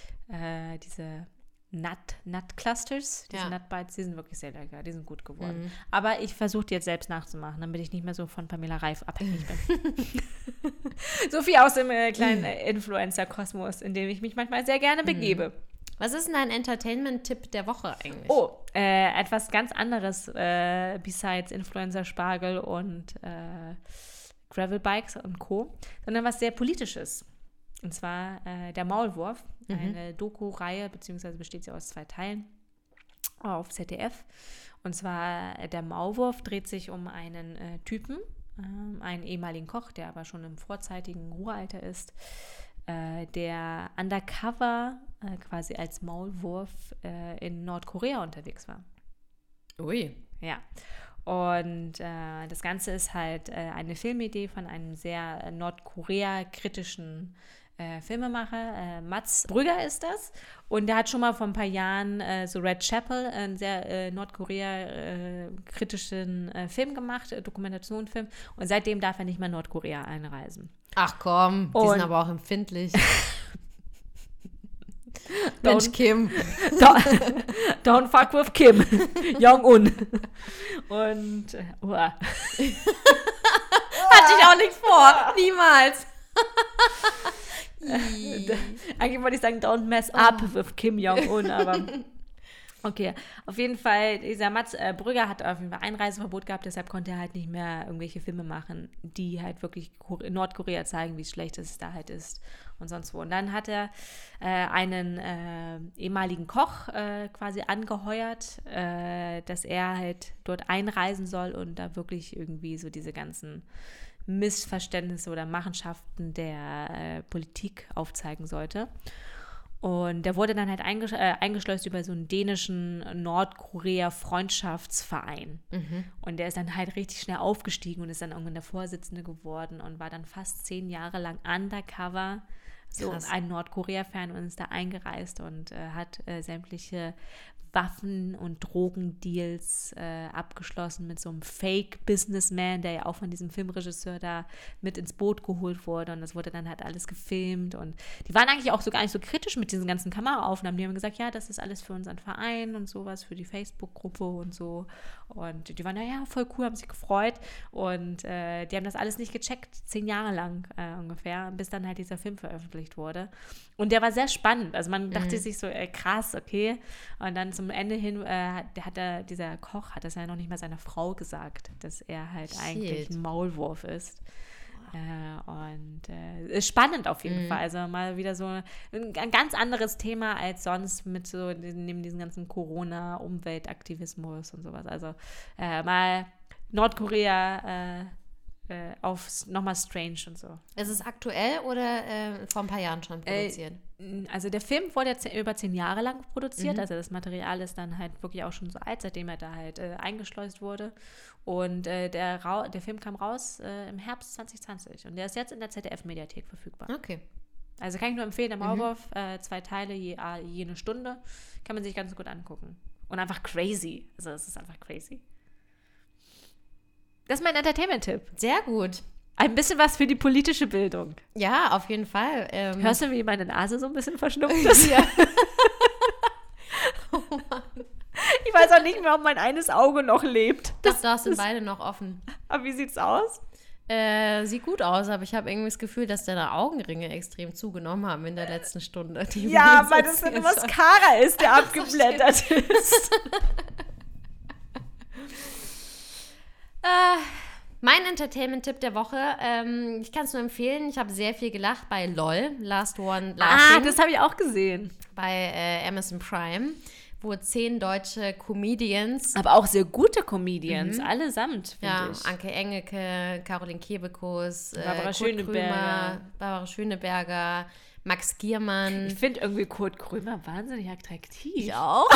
äh, diese Nut, Nut Clusters, diese Ja. Nut Bites, die sind wirklich sehr lecker, die sind gut geworden. Mhm. Aber ich versuche die jetzt selbst nachzumachen, damit ich nicht mehr so von Pamela Reif abhängig bin. So viel aus dem äh, kleinen äh, Influencer-Kosmos, in dem ich mich manchmal sehr gerne begebe. Was ist denn dein Entertainment-Tipp der Woche eigentlich? Oh, äh, etwas ganz anderes, äh, besides Influencer-Spargel und äh, Gravelbikes und Co., sondern was sehr Politisches. Und zwar äh, Der Maulwurf, Mhm. eine Doku-Reihe, beziehungsweise besteht sie aus zwei Teilen auf Z D F. Und zwar äh, Der Maulwurf dreht sich um einen äh, Typen, ähm, einen ehemaligen Koch, der aber schon im vorzeitigen Ruhealter ist, äh, der undercover äh, quasi als Maulwurf äh, in Nordkorea unterwegs war. Ui. Ja. Und äh, das Ganze ist halt äh, eine Filmidee von einem sehr äh, Nordkorea-kritischen äh, Filmemacher. Äh, Mats Brügger ist das. Und der hat schon mal vor ein paar Jahren äh, so Red Chapel, einen sehr äh, Nordkorea-kritischen äh, Film gemacht, äh, Dokumentationenfilm. Und seitdem darf er nicht mehr Nordkorea einreisen. Ach komm, die Und- sind aber auch empfindlich. Don't- Mensch, Kim. Don't, don't fuck with Kim Jong-un. Und äh, uah. Hatte ich auch nicht vor. Niemals. Eigentlich wollte ich sagen, don't mess up with Kim Jong-un, aber okay. Auf jeden Fall, dieser Mats äh, Brügger hat auf jeden Fall Einreiseverbot gehabt, deshalb konnte er halt nicht mehr irgendwelche Filme machen, die halt wirklich Kore- Nordkorea zeigen, wie schlecht es da halt ist und sonst wo. Und dann hat er äh, einen äh, ehemaligen Koch äh, quasi angeheuert, äh, dass er halt dort einreisen soll und da wirklich irgendwie so diese ganzen Missverständnisse oder Machenschaften der äh, Politik aufzeigen sollte. Und der wurde dann halt eingesch äh, eingeschleust über so einen dänischen Nordkorea-Freundschaftsverein. Mhm. Und der ist dann halt richtig schnell aufgestiegen und ist dann irgendwann der Vorsitzende geworden und war dann fast zehn Jahre lang undercover so Krass. ein Nordkorea-Fan und ist da eingereist und äh, hat äh, sämtliche Waffen- und Drogendeals äh, abgeschlossen mit so einem Fake-Businessman, der ja auch von diesem Filmregisseur da mit ins Boot geholt wurde und das wurde dann halt alles gefilmt und die waren eigentlich auch so gar nicht so kritisch mit diesen ganzen Kameraaufnahmen. Die haben gesagt, ja, das ist alles für unseren Verein und sowas, für die Facebook-Gruppe und so und die waren, naja, voll cool, haben sich gefreut und äh, die haben das alles nicht gecheckt, zehn Jahre lang äh, ungefähr, bis dann halt dieser Film veröffentlicht wurde und der war sehr spannend, also man dachte Mhm. sich so, äh, krass, okay, und dann zum Ende hin, äh, der hat er, dieser Koch hat das ja noch nicht mal seiner Frau gesagt, dass er halt Shit. eigentlich ein Maulwurf ist. Äh, und äh, ist spannend auf jeden Mhm. Fall. Also mal wieder so ein, ein ganz anderes Thema als sonst mit so neben diesem ganzen Corona-Umweltaktivismus und sowas. Also äh, mal Nordkorea äh, äh, auf nochmal strange und so. Ist es aktuell oder äh, vor ein paar Jahren schon produziert? Also der Film wurde ja ze- über zehn Jahre lang produziert, Mhm. also das Material ist dann halt wirklich auch schon so alt, seitdem er da halt äh, eingeschleust wurde. Und äh, der, Ra- der Film kam raus äh, im Herbst zwanzig zwanzig und der ist jetzt in der Z D F-Mediathek verfügbar. Okay. Also kann ich nur empfehlen, der Maulwurf, äh, zwei Teile, je, ah, je eine Stunde, kann man sich ganz gut angucken. Und einfach crazy, also es ist einfach crazy. Das ist mein Entertainment-Tipp. Sehr gut. Ein bisschen was für die politische Bildung. Ja, auf jeden Fall. Ähm, Hörst du, wie meine Nase so ein bisschen verschnupft ist? Ja. Ich weiß auch nicht mehr, ob mein eines Auge noch lebt. Das, das sind beide noch offen. Aber wie sieht's aus? Äh, sieht gut aus, aber ich habe irgendwie das Gefühl, dass deine Augenringe extrem zugenommen haben in der letzten Stunde. Die Ja, wir weil jetzt das eine hier Mascara ist, der Ach so, abgeblättert ist. Äh, mein Entertainment-Tipp der Woche, ähm, ich kann es nur empfehlen, ich habe sehr viel gelacht bei LOL, Last One Ah, Laughing, das habe ich auch gesehen. bei äh, Amazon Prime, wo zehn deutsche Comedians, Aber auch sehr gute Comedians, allesamt, finde ja, ich. Anke Engelke, Caroline Kebekus, äh, Barbara Kurt Schöneberger. Krümer, Barbara Schöneberger, Max Giermann. Ich finde irgendwie Kurt Krömer wahnsinnig attraktiv. auch.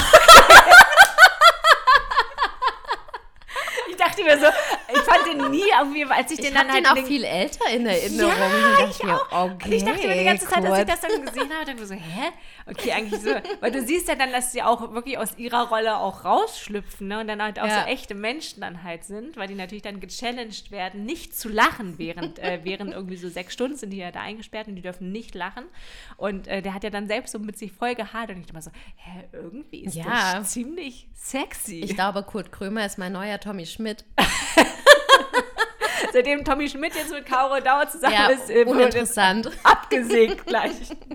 Ich dachte mir so, ich fand den nie irgendwie, als ich den Ich dann habe halt den auch in den- viel älter in Erinnerung. Ja, Und dachte ich mir, auch. okay, Und ich dachte mir die ganze Zeit, als ich Kurt. das dann gesehen habe, dachte ich mir so, hä? Okay, eigentlich so. Weil du siehst ja dann, dass sie auch wirklich aus ihrer Rolle auch rausschlüpfen, ne? Und dann halt auch Ja. so echte Menschen dann halt sind, weil die natürlich dann gechallenged werden, nicht zu lachen, während, äh, während irgendwie so sechs Stunden sind die ja da eingesperrt und die dürfen nicht lachen. Und äh, der hat ja dann selbst so mit sich voll gehadert und ich dachte mal so, hä, irgendwie ist Ja. das ziemlich sexy. Ich glaube, Kurt Krömer ist mein neuer Tommy Schmidt. Seitdem Tommy Schmidt jetzt mit Caro Dauer zusammen Ja, ist, äh, wurde uninteressant. abgesägt gleich.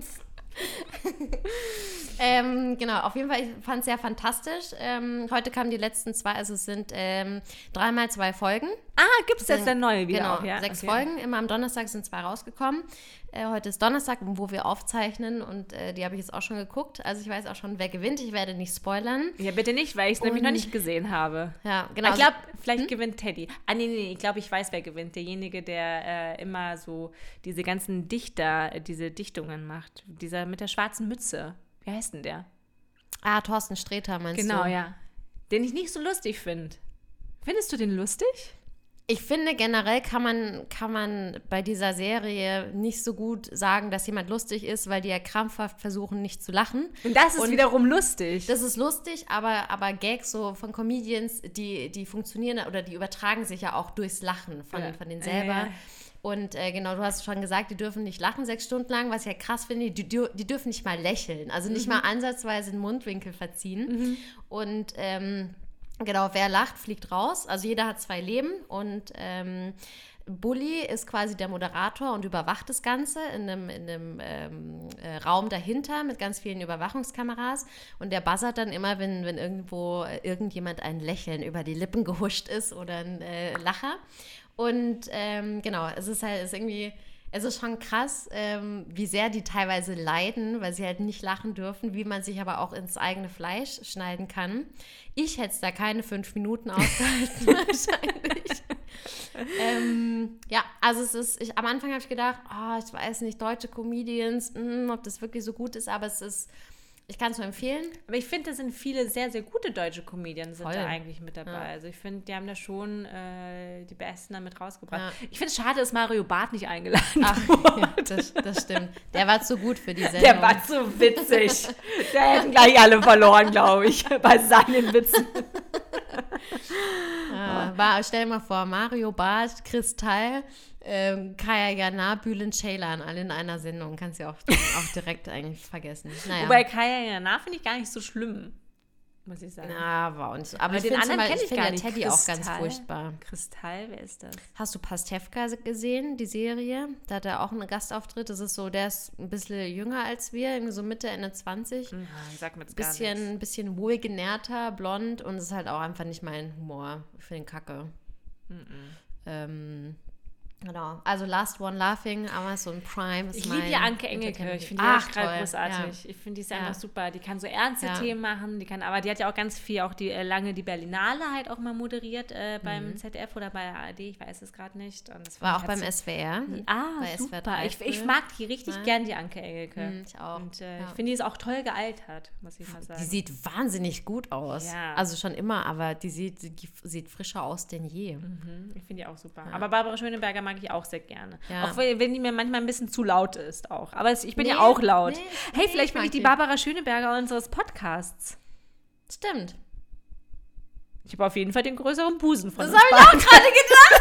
Ähm, genau, auf jeden Fall, ich fand es sehr fantastisch. Ähm, heute kamen die letzten zwei, also es sind ähm, dreimal zwei Folgen. Ah, gibt es jetzt eine neue wieder Genau, auch, ja? sechs Okay. Folgen. Immer am Donnerstag sind zwei rausgekommen. Äh, heute ist Donnerstag, wo wir aufzeichnen und äh, die habe ich jetzt auch schon geguckt. Also ich weiß auch schon, wer gewinnt. Ich werde nicht spoilern. Ja, bitte nicht, weil ich es nämlich noch Und- nicht gesehen habe. Ja, genau. Ich glaube, vielleicht gewinnt Teddy. Ah, nee, nee, ich glaube, ich weiß, wer gewinnt. Derjenige, der äh, immer so diese ganzen Dichter, äh, diese Dichtungen macht. Dieser mit der schwarzen Mütze. Wie heißt denn der? Ah, Thorsten Sträter meinst Genau, du? ja. Den ich nicht so lustig finde. Findest du den lustig? Ich finde, generell kann man, kann man bei dieser Serie nicht so gut sagen, dass jemand lustig ist, weil die ja krampfhaft versuchen, nicht zu lachen. Und das ist Und wiederum lustig. Das ist lustig, aber, aber Gags so von Comedians, die, die funktionieren oder die übertragen sich ja auch durchs Lachen von, Ja. von denen Ja, selber. ja. Und äh, genau, du hast schon gesagt, die dürfen nicht lachen sechs Stunden lang, was ich ja krass finde, die, die, die dürfen nicht mal lächeln, also nicht mal ansatzweise den Mundwinkel verziehen. Und ähm, genau, wer lacht, fliegt raus. Also jeder hat zwei Leben und ähm, Bully ist quasi der Moderator und überwacht das Ganze in einem, in einem ähm, äh, Raum dahinter mit ganz vielen Überwachungskameras und der buzzert dann immer, wenn, wenn irgendwo äh, irgendjemand ein Lächeln über die Lippen gehuscht ist oder ein äh, Lacher. Und ähm, genau, es ist halt es ist irgendwie, es ist schon krass, ähm, wie sehr die teilweise leiden, weil sie halt nicht lachen dürfen, wie man sich aber auch ins eigene Fleisch schneiden kann. Ich hätte es da keine fünf Minuten ausgehalten, wahrscheinlich. ähm, ja, also es ist, ich, am Anfang habe ich gedacht, oh, ich weiß nicht, deutsche Comedians, mh, ob das wirklich so gut ist, aber es ist Ich kann es nur empfehlen. Aber ich finde, da sind viele sehr, sehr gute deutsche Comedians sind Voll. da eigentlich mit dabei. Ja. Also ich finde, die haben da schon äh, die Besten damit rausgebracht. Ja. Ich finde es schade, dass Mario Barth nicht eingeladen Ach, wurde. ja, das, das stimmt. Der war zu gut für die Sendung. Der war zu witzig. Der hätten gleich alle verloren, glaube ich, bei seinen Witzen. Ja, war, stell dir mal vor, Mario Barth, Kristall, ähm, Kaya Jana, Bülent Ceylan, alle in einer Sendung. Kannst du ja auch, auch direkt eigentlich vergessen. Naja. Wobei Kaya Jana finde ich gar nicht so schlimm, muss ich sagen. Ja, war auch nicht so. Aber, Aber ich den finde anderen mal, kenn ich ich finde gar ja nicht. Teddy auch ganz Kristall? furchtbar. Kristall, wer ist das? Hast du Pastewka gesehen, die Serie? Da hat er auch einen Gastauftritt. Das ist so, der ist ein bisschen jünger als wir, irgendwie so Mitte, Ende zwanzig. Ja, sag mir jetzt gar Bisschen, nichts. bisschen wohlgenährter, blond und es ist halt auch einfach nicht mein Humor. Ich finde den kacke. Ähm, genau. Also Last One Laughing, Amazon Prime ist Ich mein liebe ja Anke Engelke. Ich finde die Ach, auch gerade toll. großartig. Ja. Ich finde die ist Ja. einfach super. Die kann so ernste Ja. Themen machen. Die kann, aber die hat ja auch ganz viel, auch die äh, lange die Berlinale halt auch mal moderiert äh, beim Mhm. Z D F oder bei A R D. Ich weiß es gerade nicht. Und das War fand auch ich beim halt S W R. so, Ah, bei S W R super. drei Ich, ich früher. mag die richtig Ja. gern, die Anke Engelke. Mhm, ich auch. Und äh, Ja. ich finde, die ist auch toll gealtert, muss ich mal sagen. Die sieht wahnsinnig gut aus. Ja. Also schon immer, aber die sieht, die sieht frischer aus denn je. Mhm, ich finde die auch super. Aber Barbara Schöneberger mag ich auch sehr gerne. Ja. Auch wenn, wenn die mir manchmal ein bisschen zu laut ist auch. Aber es, ich bin Nee, ja auch laut. nee, hey, nee, vielleicht ich bin mag ich die die. Barbara Schöneberger unseres Podcasts. Stimmt. Ich habe auf jeden Fall den größeren Busen von Das uns habe ich auch beiden. gerade gedacht.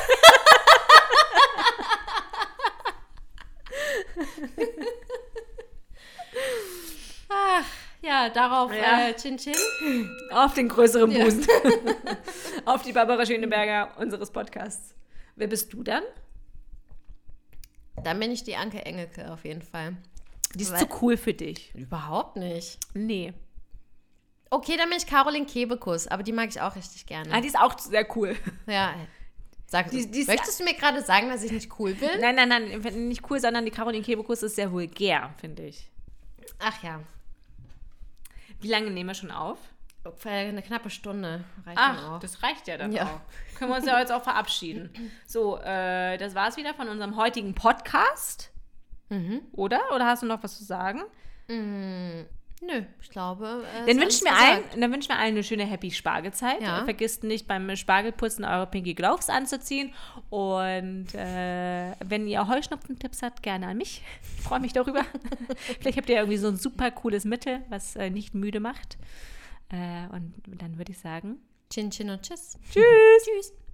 Ach, ja, darauf Ja. Äh, Chin Chin. Auf den größeren Ja. Busen. Auf die Barbara Schöneberger unseres Podcasts. Wer bist du dann? Dann bin ich die Anke Engelke auf jeden Fall. Die ist Weil- zu cool für dich. Überhaupt nicht. Nee. Okay, dann bin ich Caroline Kebekus, aber die mag ich auch richtig gerne. Ah, die ist auch sehr cool. Ja. Sag, Die- die ist- möchtest du mir gerade sagen, dass ich nicht cool bin? Nein, nein, nein, nicht cool, sondern die Caroline Kebekus ist sehr vulgär, finde ich. Ach ja. Wie lange nehmen wir schon auf? Für eine knappe Stunde reicht dann Ach, auch. das reicht ja dann Ja. auch. Können wir uns ja jetzt auch verabschieden. So, äh, das war's wieder von unserem heutigen Podcast. Mhm. Oder? Oder hast du noch was zu sagen? Mm, nö, ich glaube. Äh, Dann ist wünschen, wir alles allen, gesagt. dann wünschen wir allen eine schöne Happy Spargelzeit. Ja. Vergisst nicht beim Spargelputzen eure Pinky Gloves anzuziehen. Und äh, wenn ihr Heuschnupfentipps habt, gerne an mich. Ich freue mich darüber. Vielleicht habt ihr irgendwie so ein super cooles Mittel, was äh, nicht müde macht. Äh, und dann würde ich sagen, Chin Chin und Tschüss. tschüss. Tschüss.